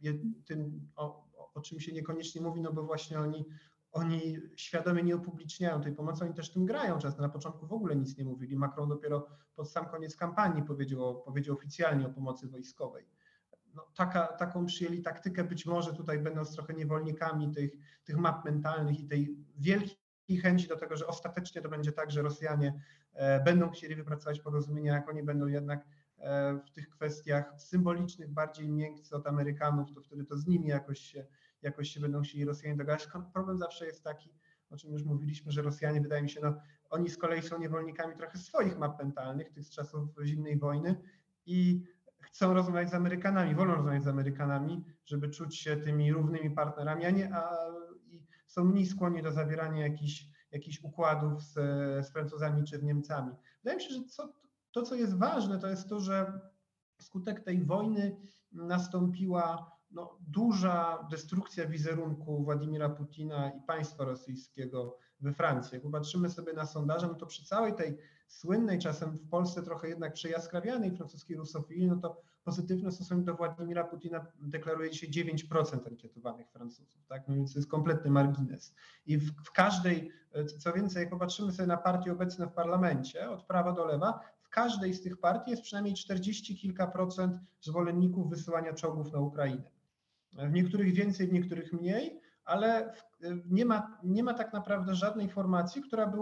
o czym się niekoniecznie mówi, bo właśnie oni świadomie nie upubliczniają tej pomocy, oni też tym grają często. Na początku w ogóle nic nie mówili. Macron dopiero pod sam koniec kampanii powiedział oficjalnie o pomocy wojskowej. Taką przyjęli taktykę, być może tutaj będąc trochę niewolnikami tych map mentalnych i tej wielkiej chęci do tego, że ostatecznie to będzie tak, że Rosjanie będą chcieli wypracować porozumienia, jak oni będą jednak w tych kwestiach symbolicznych bardziej miękcy od Amerykanów, to wtedy to z nimi jakoś się będą chcieli Rosjanie dogadać. Problem zawsze jest taki, o czym już mówiliśmy, że Rosjanie, wydaje mi się, oni z kolei są niewolnikami trochę swoich map mentalnych, tych z czasów zimnej wojny i chcą rozmawiać z Amerykanami, wolą rozmawiać z Amerykanami, żeby czuć się tymi równymi partnerami, i są mniej skłonni do zawierania jakichś układów z Francuzami czy z Niemcami. Wydaje mi się, że to, co jest ważne, to jest to, że wskutek tej wojny nastąpiła duża destrukcja wizerunku Władimira Putina i państwa rosyjskiego we Francji. Jak popatrzymy sobie na sondaże, to przy całej tej słynnej, czasem w Polsce trochę jednak przejaskrawianej francuskiej rusofilii, to pozytywne w stosunku do Władimira Putina deklaruje dzisiaj 9% ankietowanych Francuzów, tak? No więc to jest kompletny margines. I w każdej, co więcej, jak popatrzymy sobie na partie obecne w parlamencie, od prawa do lewa, w każdej z tych partii jest przynajmniej 40 kilka procent zwolenników wysyłania czołgów na Ukrainę. W niektórych więcej, w niektórych mniej, ale nie ma tak naprawdę żadnej formacji,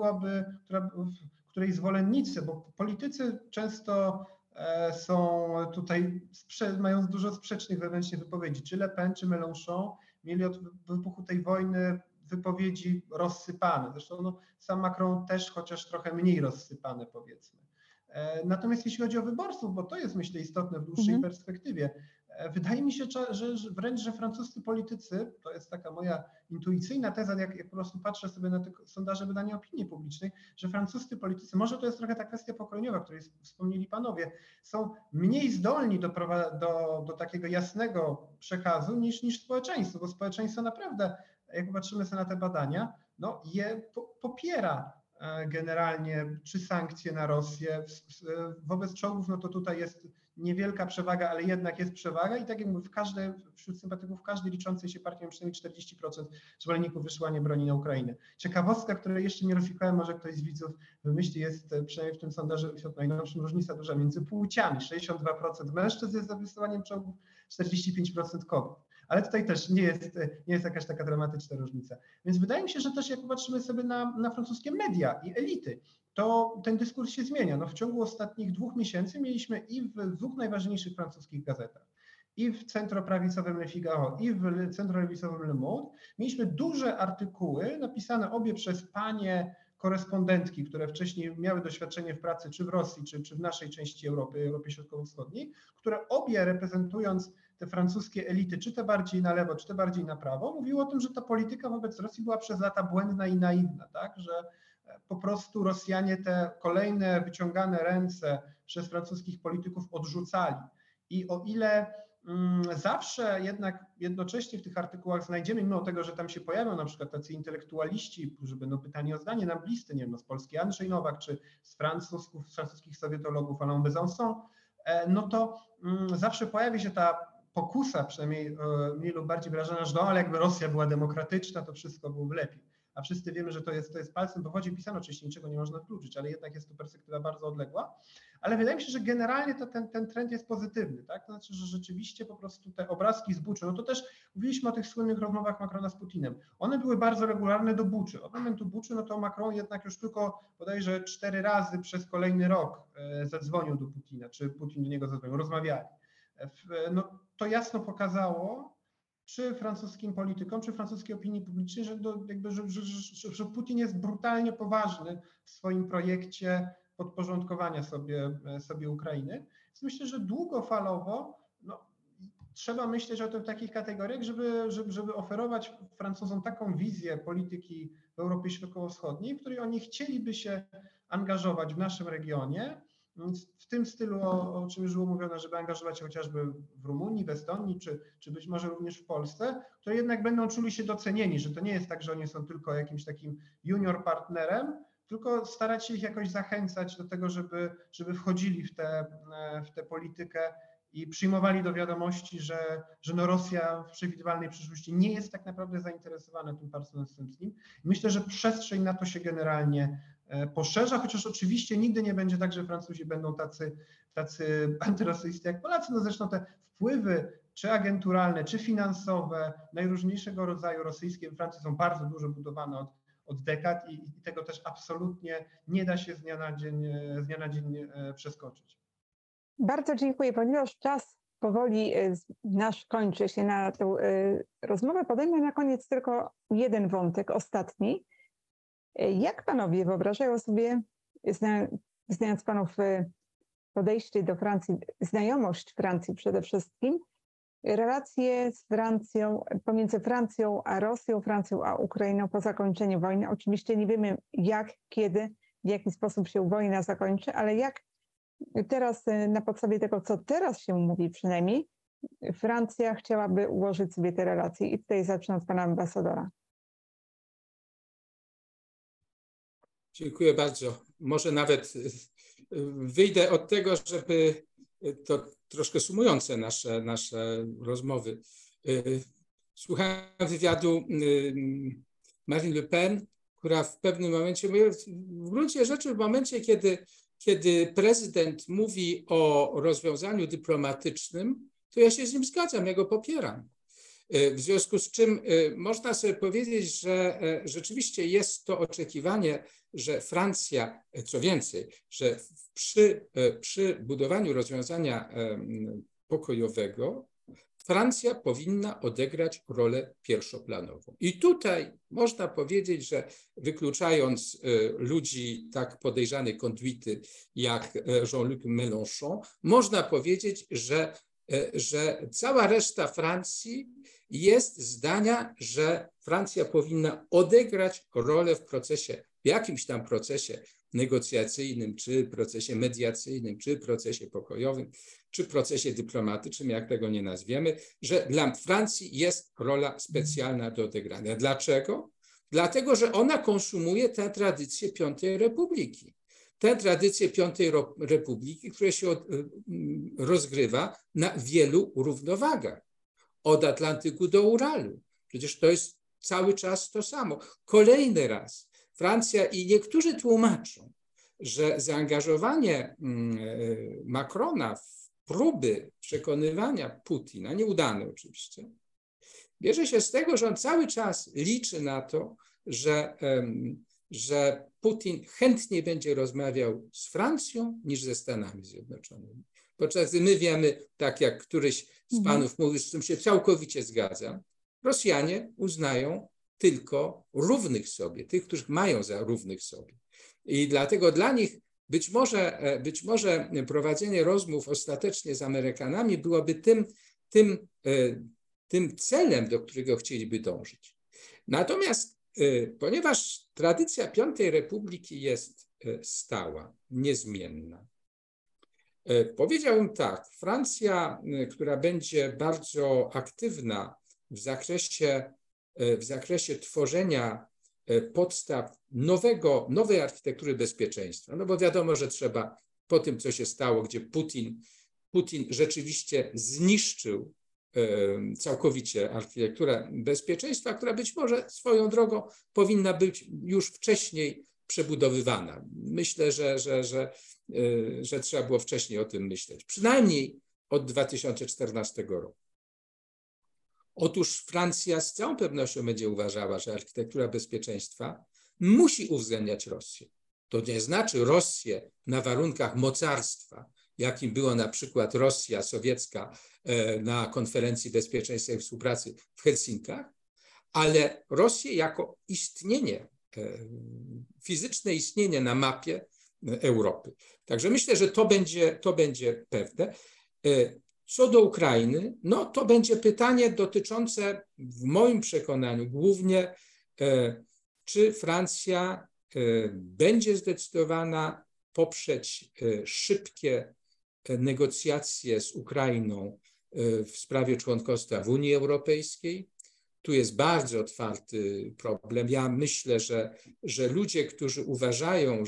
której zwolennicy, bo politycy często są tutaj, mają dużo sprzecznych wewnętrznie wypowiedzi. Czy Le Pen, czy Mélenchon mieli od wybuchu tej wojny wypowiedzi rozsypane. Zresztą no, sam Macron też, chociaż trochę mniej rozsypane, powiedzmy. Natomiast jeśli chodzi o wyborców, bo to jest, myślę, istotne w dłuższej perspektywie, wydaje mi się, że francuscy politycy, to jest taka moja intuicyjna teza, jak po prostu patrzę sobie na te sondaże wydania opinii publicznej, że francuscy politycy, może to jest trochę ta kwestia pokoleniowa, o której wspomnieli panowie, są mniej zdolni do takiego jasnego przekazu niż społeczeństwo, bo społeczeństwo naprawdę, jak popatrzymy sobie na te badania, no je popiera generalnie, czy sankcje na Rosję. Wobec czołgów, no to tutaj jest niewielka przewaga, ale jednak jest przewaga i tak jak mówię, wśród sympatyków każdej liczącej się partii przynajmniej 40% zwolenników wysyłania broni na Ukrainę. Ciekawostka, której jeszcze nie rozwikłałem, może ktoś z widzów wymyśli, jest przynajmniej w tym sondażu najnowszym różnica duża między płciami. 62% mężczyzn jest za wysyłaniem czołgów, 45% kobiet. Ale tutaj też nie jest jakaś taka dramatyczna różnica. Więc wydaje mi się, że też jak popatrzymy sobie na francuskie media i elity, to ten dyskurs się zmienia. No, w ciągu ostatnich 2 miesięcy mieliśmy i w 2 najważniejszych francuskich gazetach, i w centroprawicowym Le Figaro, i w centrolewicowym Le Monde, mieliśmy duże artykuły napisane obie przez panie korespondentki, które wcześniej miały doświadczenie w pracy czy w Rosji, czy w naszej części Europie Środkowo-Wschodniej, które obie reprezentując te francuskie elity, czy te bardziej na lewo, czy te bardziej na prawo, mówiły o tym, że ta polityka wobec Rosji była przez lata błędna i naiwna, tak? Że po prostu Rosjanie te kolejne wyciągane ręce przez francuskich polityków odrzucali. I o ile zawsze jednak jednocześnie w tych artykułach znajdziemy, mimo tego, że tam się pojawią na przykład tacy intelektualiści, którzy będą pytani o zdanie nam bliscy, nie wiem, z Polski Andrzej Nowak, czy z francuskich sowietologów Alain Besançon, no to zawsze pojawi się ta pokusa, przynajmniej mniej lub bardziej wyrażona, że no, ale jakby Rosja była demokratyczna, to wszystko byłoby lepiej. A wszyscy wiemy, że to jest palcem po wodzie pisane, oczywiście niczego nie można wykluczyć, ale jednak jest to perspektywa bardzo odległa. Ale wydaje mi się, że generalnie ten trend jest pozytywny, tak? To znaczy, że rzeczywiście po prostu te obrazki z Buczy, no to też mówiliśmy o tych słynnych rozmowach Macrona z Putinem. One były bardzo regularne do Buczy. Od momentu Buczy, no to Macron jednak już tylko bodajże 4 razy przez kolejny rok zadzwonił do Putina, czy Putin do niego zadzwonił, rozmawiali. No, to jasno pokazało, czy francuskim politykom, czy francuskiej opinii publicznej, że Putin jest brutalnie poważny w swoim projekcie podporządkowania sobie Ukrainy. Więc myślę, że długofalowo trzeba myśleć o tym w takich kategoriach, żeby oferować Francuzom taką wizję polityki w Europie Środkowo-Wschodniej, w której oni chcieliby się angażować w naszym regionie, w tym stylu, o czym już było mówione, żeby angażować się chociażby w Rumunii, w Estonii, czy być może również w Polsce, które jednak będą czuli się docenieni, że to nie jest tak, że oni są tylko jakimś takim junior partnerem, tylko starać się ich jakoś zachęcać do tego, żeby wchodzili w tę politykę i przyjmowali do wiadomości, że Rosja w przewidywalnej przyszłości nie jest tak naprawdę zainteresowana tym partnerstwem wschodnim. Myślę, że przestrzeń na to się generalnie poszerza, chociaż oczywiście nigdy nie będzie tak, że Francuzi będą tacy antyrosyjscy jak Polacy. No zresztą te wpływy, czy agenturalne, czy finansowe, najróżniejszego rodzaju rosyjskie w Francji są bardzo dużo budowane od dekad i tego też absolutnie nie da się z dnia na dzień przeskoczyć. Bardzo dziękuję, ponieważ czas powoli nasz kończy się na tę rozmowę. Podejmę na koniec tylko jeden wątek, ostatni. Jak panowie wyobrażają sobie, znając panów podejście do Francji, znajomość Francji przede wszystkim, relacje z Francją, pomiędzy Francją a Rosją, Francją a Ukrainą po zakończeniu wojny? Oczywiście nie wiemy jak, kiedy, w jaki sposób się wojna zakończy, ale jak teraz, na podstawie tego, co teraz się mówi przynajmniej, Francja chciałaby ułożyć sobie te relacje. I tutaj zacznę od pana ambasadora. Dziękuję bardzo. Może nawet wyjdę od tego, żeby to troszkę sumujące nasze rozmowy. Słuchałem wywiadu Marine Le Pen, która w pewnym momencie, w gruncie rzeczy w momencie, kiedy prezydent mówi o rozwiązaniu dyplomatycznym, to ja się z nim zgadzam, ja go popieram. W związku z czym można sobie powiedzieć, że rzeczywiście jest to oczekiwanie, że Francja, co więcej, że przy budowaniu rozwiązania pokojowego Francja powinna odegrać rolę pierwszoplanową. I tutaj można powiedzieć, że wykluczając ludzi tak podejrzanej konduity jak Jean-Luc Mélenchon, można powiedzieć, że cała reszta Francji jest zdania, że Francja powinna odegrać rolę w jakimś tam procesie negocjacyjnym, czy procesie mediacyjnym, czy procesie pokojowym, czy procesie dyplomatycznym, jak tego nie nazwiemy, że dla Francji jest rola specjalna do odegrania. Dlaczego? Dlatego, że ona konsumuje tę tradycję Piątej Republiki. Tę tradycję Piątej Republiki, która się rozgrywa na wielu równowagach. Od Atlantyku do Uralu. Przecież to jest cały czas to samo. Kolejny raz Francja i niektórzy tłumaczą, że zaangażowanie Macrona w próby przekonywania Putina, nieudane oczywiście, bierze się z tego, że on cały czas liczy na to, że Putin chętnie będzie rozmawiał z Francją niż ze Stanami Zjednoczonymi. Podczas gdy my wiemy, tak jak któryś z panów mówił, z czym się całkowicie zgadzam, Rosjanie uznają tylko równych sobie, tych, których mają za równych sobie. I dlatego dla nich być może prowadzenie rozmów ostatecznie z Amerykanami byłoby tym celem, do którego chcieliby dążyć. Natomiast ponieważ tradycja Piątej Republiki jest stała, niezmienna, powiedziałbym tak, Francja, która będzie bardzo aktywna w zakresie tworzenia podstaw nowej architektury bezpieczeństwa, no bo wiadomo, że trzeba po tym, co się stało, gdzie Putin rzeczywiście zniszczył całkowicie architekturę bezpieczeństwa, która być może swoją drogą powinna być już wcześniej przebudowywana. Myślę, że trzeba było wcześniej o tym myśleć, przynajmniej od 2014 roku. Otóż Francja z całą pewnością będzie uważała, że architektura bezpieczeństwa musi uwzględniać Rosję. To nie znaczy Rosję na warunkach mocarstwa, jakim była na przykład Rosja sowiecka na konferencji bezpieczeństwa i współpracy w Helsinkach, ale Rosję jako istnienie, fizyczne istnienie na mapie Europy. Także myślę, że to będzie pewne. Co do Ukrainy, no to będzie pytanie dotyczące, w moim przekonaniu, głównie czy Francja będzie zdecydowana poprzeć szybkie negocjacje z Ukrainą w sprawie członkostwa w Unii Europejskiej. Tu jest bardzo otwarty problem. Ja myślę, że ludzie, którzy uważają,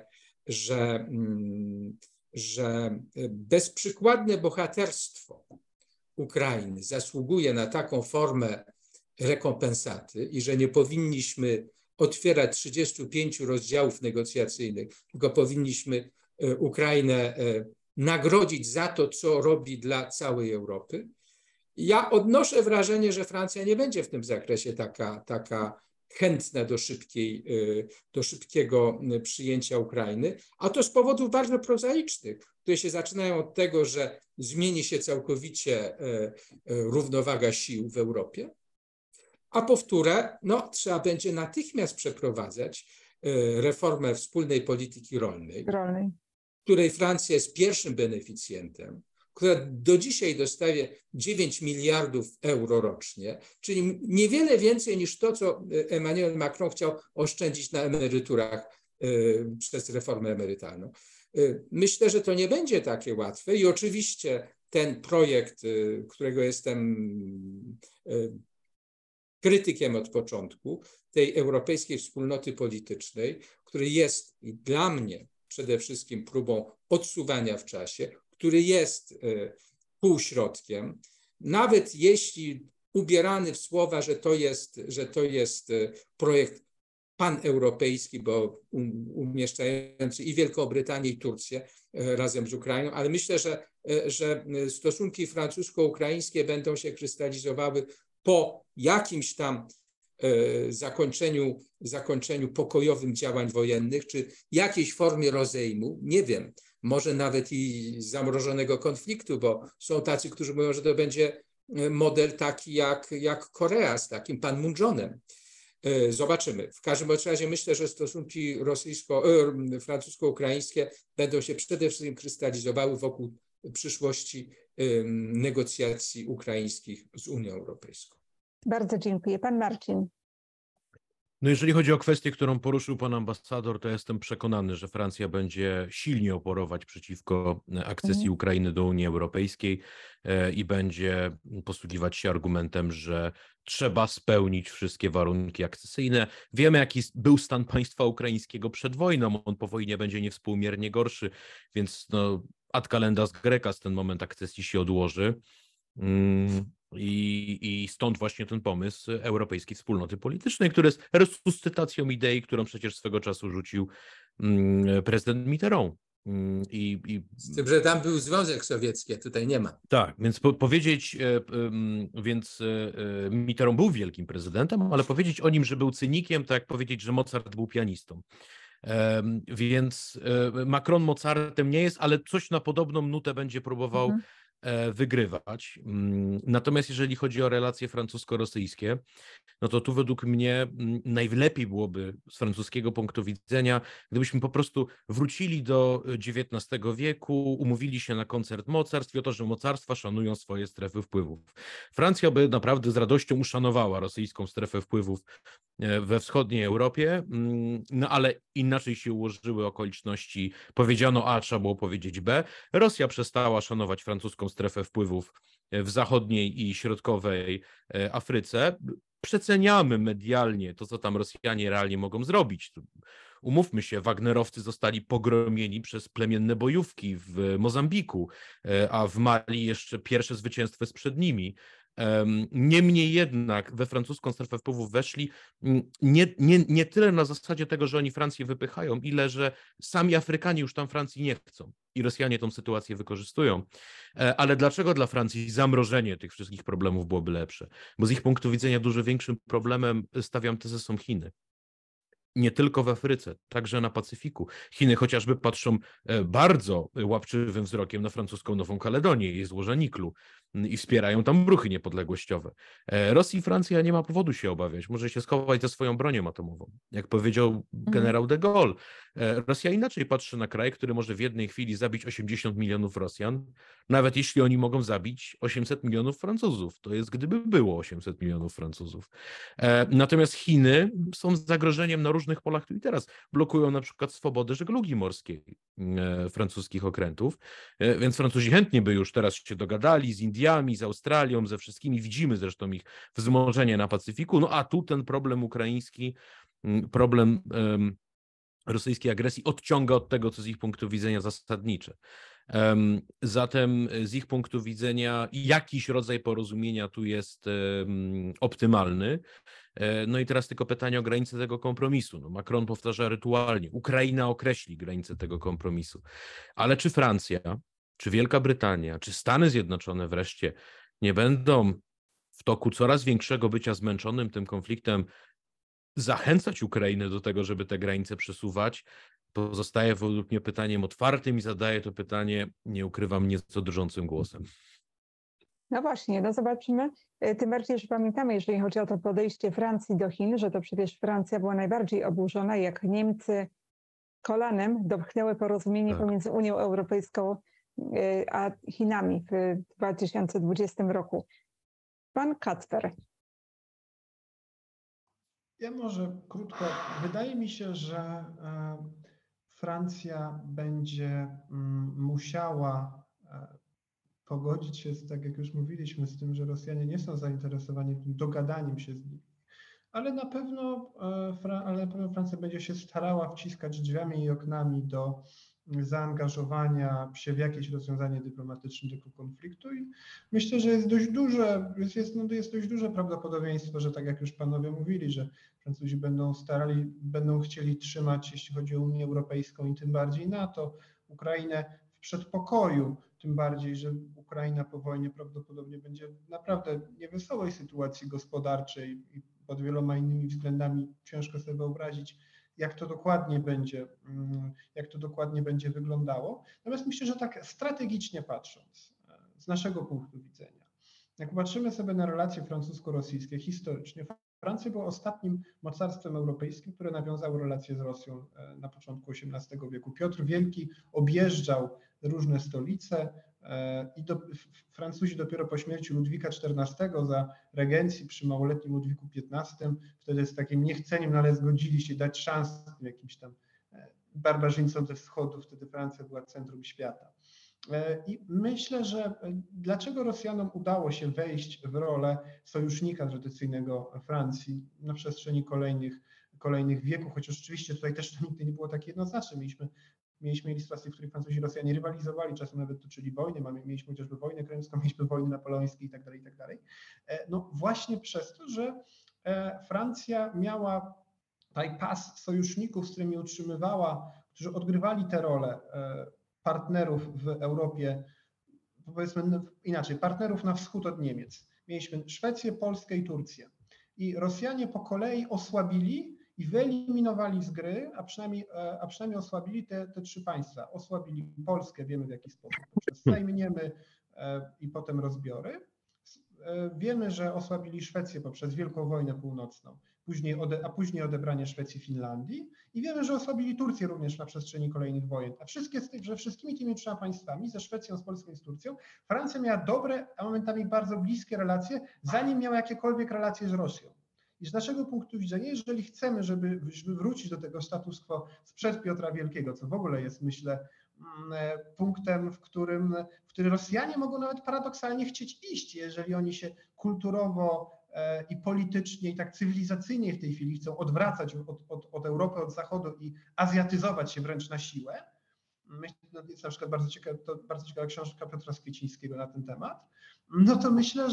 że bezprzykładne bohaterstwo Ukrainy zasługuje na taką formę rekompensaty i że nie powinniśmy otwierać 35 rozdziałów negocjacyjnych, tylko powinniśmy Ukrainę nagrodzić za to, co robi dla całej Europy. Ja odnoszę wrażenie, że Francja nie będzie w tym zakresie taka chętna do szybkiego przyjęcia Ukrainy, a to z powodów bardzo prozaicznych, które się zaczynają od tego, że zmieni się całkowicie równowaga sił w Europie, a po wtóre, no, trzeba będzie natychmiast przeprowadzać reformę wspólnej polityki rolnej, której Francja jest pierwszym beneficjentem, która do dzisiaj dostaje 9 miliardów euro rocznie, czyli niewiele więcej niż to, co Emmanuel Macron chciał oszczędzić na emeryturach przez reformę emerytalną. Myślę, że to nie będzie takie łatwe i oczywiście ten projekt, którego jestem krytykiem od początku, tej europejskiej wspólnoty politycznej, który jest dla mnie przede wszystkim próbą odsuwania w czasie, który jest półśrodkiem, nawet jeśli ubierany w słowa, że to jest projekt paneuropejski, bo umieszczający i Wielką Brytanię, i Turcję razem z Ukrainą, ale myślę, że stosunki francusko-ukraińskie będą się krystalizowały po jakimś tam zakończeniu pokojowym działań wojennych, czy jakiejś formie rozejmu, nie wiem, może nawet i zamrożonego konfliktu, bo są tacy, którzy mówią, że to będzie model taki jak Korea z takim Panmunjonem. Zobaczymy. W każdym razie myślę, że stosunki francusko-ukraińskie będą się przede wszystkim krystalizowały wokół przyszłości negocjacji ukraińskich z Unią Europejską. Bardzo dziękuję. Pan Marcin. No jeżeli chodzi o kwestię, którą poruszył pan ambasador, to jestem przekonany, że Francja będzie silnie oporować przeciwko akcesji Ukrainy do Unii Europejskiej i będzie posługiwać się argumentem, że trzeba spełnić wszystkie warunki akcesyjne. Wiemy, jaki był stan państwa ukraińskiego przed wojną. On po wojnie będzie niewspółmiernie gorszy, więc no, ad calendas grecas ten moment akcesji się odłoży. I stąd właśnie ten pomysł Europejskiej Wspólnoty Politycznej, który jest resuscytacją idei, którą przecież swego czasu rzucił prezydent Mitterrand. Z tym, że tam był Związek Sowiecki, a tutaj nie ma. Tak, więc Mitterrand był wielkim prezydentem, ale powiedzieć o nim, że był cynikiem, to jak powiedzieć, że Mozart był pianistą. Więc Macron Mozartem nie jest, ale coś na podobną nutę będzie próbował wygrywać. Natomiast jeżeli chodzi o relacje francusko-rosyjskie, no to tu według mnie najlepiej byłoby z francuskiego punktu widzenia, gdybyśmy po prostu wrócili do XIX wieku, umówili się na koncert mocarstw i o to, że mocarstwa szanują swoje strefy wpływów. Francja by naprawdę z radością uszanowała rosyjską strefę wpływów we wschodniej Europie, no ale inaczej się ułożyły okoliczności. Powiedziano A, trzeba było powiedzieć B. Rosja przestała szanować francuską strefę wpływów w zachodniej i środkowej Afryce. Przeceniamy medialnie to, co tam Rosjanie realnie mogą zrobić. Umówmy się, Wagnerowcy zostali pogromieni przez plemienne bojówki w Mozambiku, a w Mali jeszcze pierwsze zwycięstwo jest przed nimi. Niemniej jednak we francuską strefę wpływów weszli nie tyle na zasadzie tego, że oni Francję wypychają, ile że sami Afrykanie już tam Francji nie chcą i Rosjanie tą sytuację wykorzystują. Ale dlaczego dla Francji zamrożenie tych wszystkich problemów byłoby lepsze? Bo z ich punktu widzenia dużo większym problemem, stawiam tezę, są Chiny. Nie tylko w Afryce, także na Pacyfiku. Chiny chociażby patrzą bardzo łapczywym wzrokiem na francuską Nową Kaledonię i jej złoża niklu i wspierają tam ruchy niepodległościowe. Rosji i Francja nie ma powodu się obawiać. Może się schować za swoją bronią atomową. Jak powiedział generał de Gaulle, Rosja inaczej patrzy na kraj, który może w jednej chwili zabić 80 milionów Rosjan, nawet jeśli oni mogą zabić 800 milionów Francuzów. To jest, gdyby było 800 milionów Francuzów. Natomiast Chiny są zagrożeniem na różnych polach tu i teraz. Blokują na przykład swobodę żeglugi morskiej francuskich okrętów, więc Francuzi chętnie by już teraz się dogadali z Indiami, z Australią, ze wszystkimi. Widzimy zresztą ich wzmożenie na Pacyfiku. No a tu ten problem ukraiński, problem rosyjskiej agresji odciąga od tego, co z ich punktu widzenia zasadnicze. Zatem z ich punktu widzenia jakiś rodzaj porozumienia tu jest optymalny. No i teraz tylko pytanie o granicę tego kompromisu. No Macron powtarza rytualnie, Ukraina określi granicę tego kompromisu. Ale czy Francja, czy Wielka Brytania, czy Stany Zjednoczone wreszcie nie będą w toku coraz większego bycia zmęczonym tym konfliktem zachęcać Ukrainę do tego, żeby te granice przesuwać, pozostaje według mnie pytaniem otwartym i zadaję to pytanie, nie ukrywam, nieco drżącym głosem. No właśnie, no zobaczymy. Tym bardziej, że pamiętamy, jeżeli chodzi o to podejście Francji do Chin, że to przecież Francja była najbardziej oburzona, jak Niemcy kolanem dopchnęły porozumienie pomiędzy Unią Europejską a Chinami w 2020 roku. Pan Kacper. Ja może krótko. Wydaje mi się, że Francja będzie musiała pogodzić się z, tak jak już mówiliśmy, z tym, że Rosjanie nie są zainteresowani tym dogadaniem się z nimi. Ale na pewno Francja będzie się starała wciskać drzwiami i oknami do zaangażowania się w jakieś rozwiązanie dyplomatyczne tego konfliktu i myślę, że jest dość duże, jest dość duże prawdopodobieństwo, że tak jak już panowie mówili, że Francuzi będą chcieli trzymać, jeśli chodzi o Unię Europejską i tym bardziej NATO, Ukrainę w przedpokoju, tym bardziej, że Ukraina po wojnie prawdopodobnie będzie w naprawdę niewesołej sytuacji gospodarczej i pod wieloma innymi względami ciężko sobie wyobrazić, jak to dokładnie będzie wyglądało. Natomiast myślę, że tak strategicznie patrząc, z naszego punktu widzenia, jak patrzymy sobie na relacje francusko-rosyjskie historycznie, Francja była ostatnim mocarstwem europejskim, które nawiązało relacje z Rosją na początku XVIII wieku. Piotr Wielki objeżdżał różne stolice i Francuzi dopiero po śmierci Ludwika XIV za regencji przy małoletnim Ludwiku XV, wtedy z takim niechceniem, no ale zgodzili się dać szansę jakimś tam barbarzyńcom ze wschodu, wtedy Francja była centrum świata. I myślę, że dlaczego Rosjanom udało się wejść w rolę sojusznika tradycyjnego Francji na przestrzeni kolejnych wieków, chociaż oczywiście tutaj też to nigdy nie było takie jednoznaczne. Mieliśmy sytuacje, w których Francuzi i Rosjanie rywalizowali, czasem nawet toczyli wojny, mieliśmy chociażby wojnę krymską, mieliśmy wojny napoleońskie itd., itd. No właśnie przez to, że Francja miała tutaj pas sojuszników, z którymi utrzymywała, którzy odgrywali tę rolę partnerów w Europie, powiedzmy inaczej, partnerów na wschód od Niemiec. Mieliśmy Szwecję, Polskę i Turcję. I Rosjanie po kolei osłabili i wyeliminowali z gry, a przynajmniej osłabili te trzy państwa. Osłabili Polskę, wiemy w jaki sposób, poprzez Sejm Niemy i potem rozbiory. Wiemy, że osłabili Szwecję poprzez Wielką Wojnę Północną, a później odebranie Szwecji Finlandii i wiemy, że osłabili Turcję również na przestrzeni kolejnych wojen. A wszystkimi tymi trzema państwami, ze Szwecją, z Polską i z Turcją, Francja miała dobre, a momentami bardzo bliskie relacje, zanim miała jakiekolwiek relacje z Rosją. I z naszego punktu widzenia, jeżeli chcemy, żeby wrócić do tego status quo sprzed Piotra Wielkiego, co w ogóle jest, myślę, punktem, w którym Rosjanie mogą nawet paradoksalnie chcieć iść, jeżeli oni się kulturowo i politycznie i tak cywilizacyjnie w tej chwili chcą odwracać od Europy, od Zachodu i azjatyzować się wręcz na siłę. Myślę, jest na przykład bardzo ciekawa książka Piotra Skwiecińskiego na ten temat. No to myślę,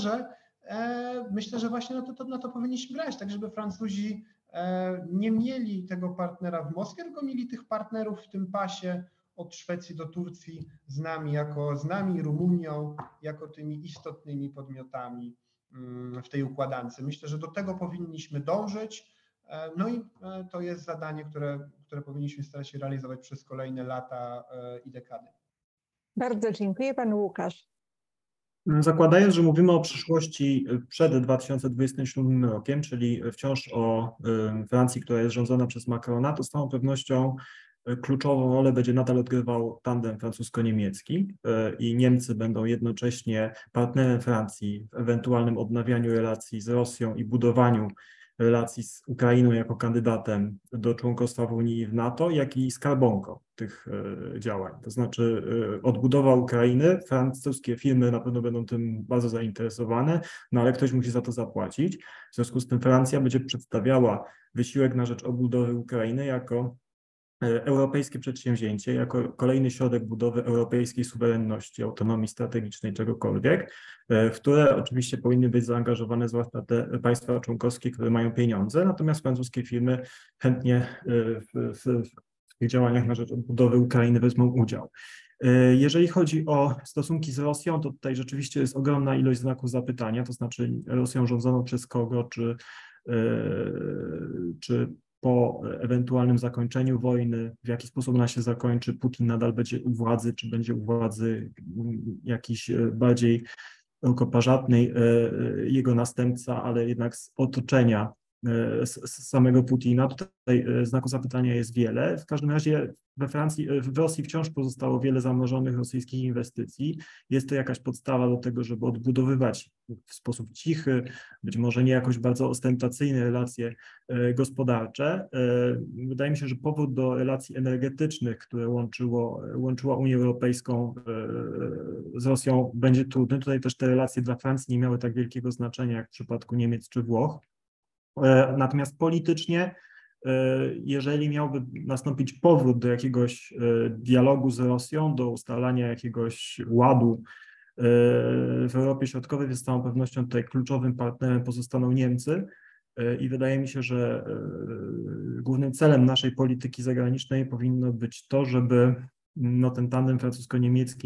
że właśnie na to powinniśmy grać, tak żeby Francuzi nie mieli tego partnera w Moskwie, tylko mieli tych partnerów w tym pasie od Szwecji do Turcji z nami, Rumunią, jako tymi istotnymi podmiotami w tej układance. Myślę, że do tego powinniśmy dążyć. No i to jest zadanie, które powinniśmy starać się realizować przez kolejne lata i dekady. Bardzo dziękuję. Pan Łukasz. Zakładając, że mówimy o przyszłości przed 2027 rokiem, czyli wciąż o Francji, która jest rządzona przez Macrona, to z całą pewnością kluczową rolę będzie nadal odgrywał tandem francusko-niemiecki i Niemcy będą jednocześnie partnerem Francji w ewentualnym odnawianiu relacji z Rosją i budowaniu relacji z Ukrainą jako kandydatem do członkostwa w Unii i w NATO, jak i skarbonką tych działań. To znaczy odbudowa Ukrainy, francuskie firmy na pewno będą tym bardzo zainteresowane, no ale ktoś musi za to zapłacić. W związku z tym Francja będzie przedstawiała wysiłek na rzecz odbudowy Ukrainy jako europejskie przedsięwzięcie, jako kolejny środek budowy europejskiej suwerenności, autonomii strategicznej, czegokolwiek, w które oczywiście powinny być zaangażowane zwłaszcza te państwa członkowskie, które mają pieniądze, natomiast francuskie firmy chętnie w tych działaniach na rzecz odbudowy Ukrainy wezmą udział. Jeżeli chodzi o stosunki z Rosją, to tutaj rzeczywiście jest ogromna ilość znaków zapytania, to znaczy Rosją rządzoną przez kogo, czy po ewentualnym zakończeniu wojny, w jaki sposób ona się zakończy, Putin nadal będzie u władzy, czy będzie u władzy jakiś bardziej rękoparzyjny jego następca, ale jednak z otoczenia z samego Putina. Tutaj znaku zapytania jest wiele. W każdym razie w Rosji wciąż pozostało wiele zamrożonych rosyjskich inwestycji. Jest to jakaś podstawa do tego, żeby odbudowywać w sposób cichy, być może nie jakoś bardzo ostentacyjne relacje gospodarcze. Wydaje mi się, że powrót do relacji energetycznych, które łączyła Unię Europejską z Rosją, będzie trudny. Tutaj też te relacje dla Francji nie miały tak wielkiego znaczenia jak w przypadku Niemiec czy Włoch. Natomiast politycznie jeżeli miałby nastąpić powrót do jakiegoś dialogu z Rosją, do ustalania jakiegoś ładu w Europie Środkowej, więc z całą pewnością tutaj kluczowym partnerem pozostaną Niemcy. I wydaje mi się, że głównym celem naszej polityki zagranicznej powinno być to, żeby no, ten tandem francusko-niemiecki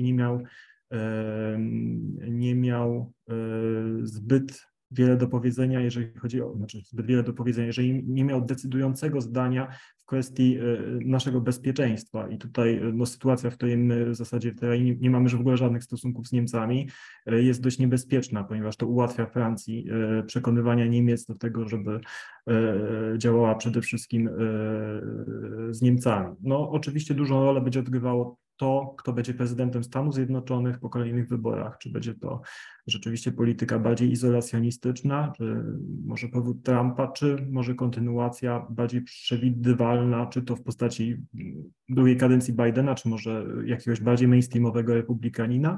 nie miał zbyt wiele do powiedzenia, jeżeli chodzi o, zbyt wiele do powiedzenia, jeżeli nie miał decydującego zdania w kwestii naszego bezpieczeństwa. I tutaj no, sytuacja, w której my w zasadzie nie mamy już w ogóle żadnych stosunków z Niemcami, jest dość niebezpieczna, ponieważ to ułatwia Francji przekonywania Niemiec do tego, żeby działała przede wszystkim z Niemcami. No oczywiście dużą rolę będzie odgrywało to, kto będzie prezydentem Stanów Zjednoczonych po kolejnych wyborach. Czy będzie to rzeczywiście polityka bardziej izolacjonistyczna, czy może powrót Trumpa, czy może kontynuacja bardziej przewidywalna, czy to w postaci drugiej kadencji Bidena, czy może jakiegoś bardziej mainstreamowego republikanina.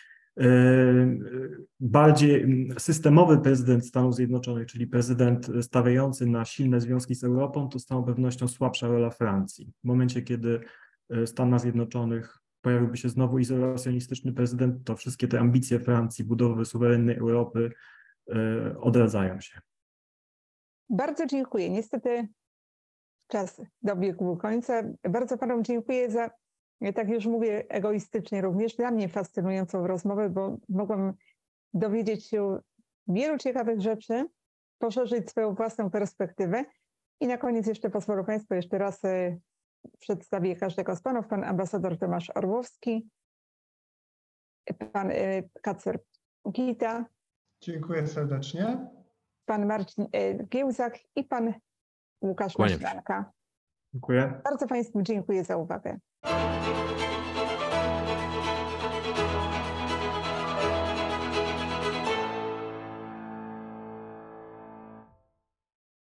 Bardziej systemowy prezydent Stanów Zjednoczonych, czyli prezydent stawiający na silne związki z Europą, to z całą pewnością słabsza rola Francji. W momencie, kiedy w Stanach Zjednoczonych pojawiłby się znowu izolacjonistyczny prezydent, to wszystkie te ambicje Francji budowy suwerennej Europy odradzają się. Bardzo dziękuję. Niestety czas dobiegł końca. Bardzo panom dziękuję za, tak już mówię egoistycznie również, dla mnie fascynującą rozmowę, bo mogłam dowiedzieć się wielu ciekawych rzeczy, poszerzyć swoją własną perspektywę. I na koniec jeszcze pozwolę Państwu jeszcze raz przedstawię każdego z panów. Pan ambasador Tomasz Orłowski, pan Kacper Gita, Dziękuję serdecznie. pan Marcin Giełzak i pan Łukasz Kłaniam się. Maślanka. Dziękuję. Bardzo Państwu dziękuję za uwagę.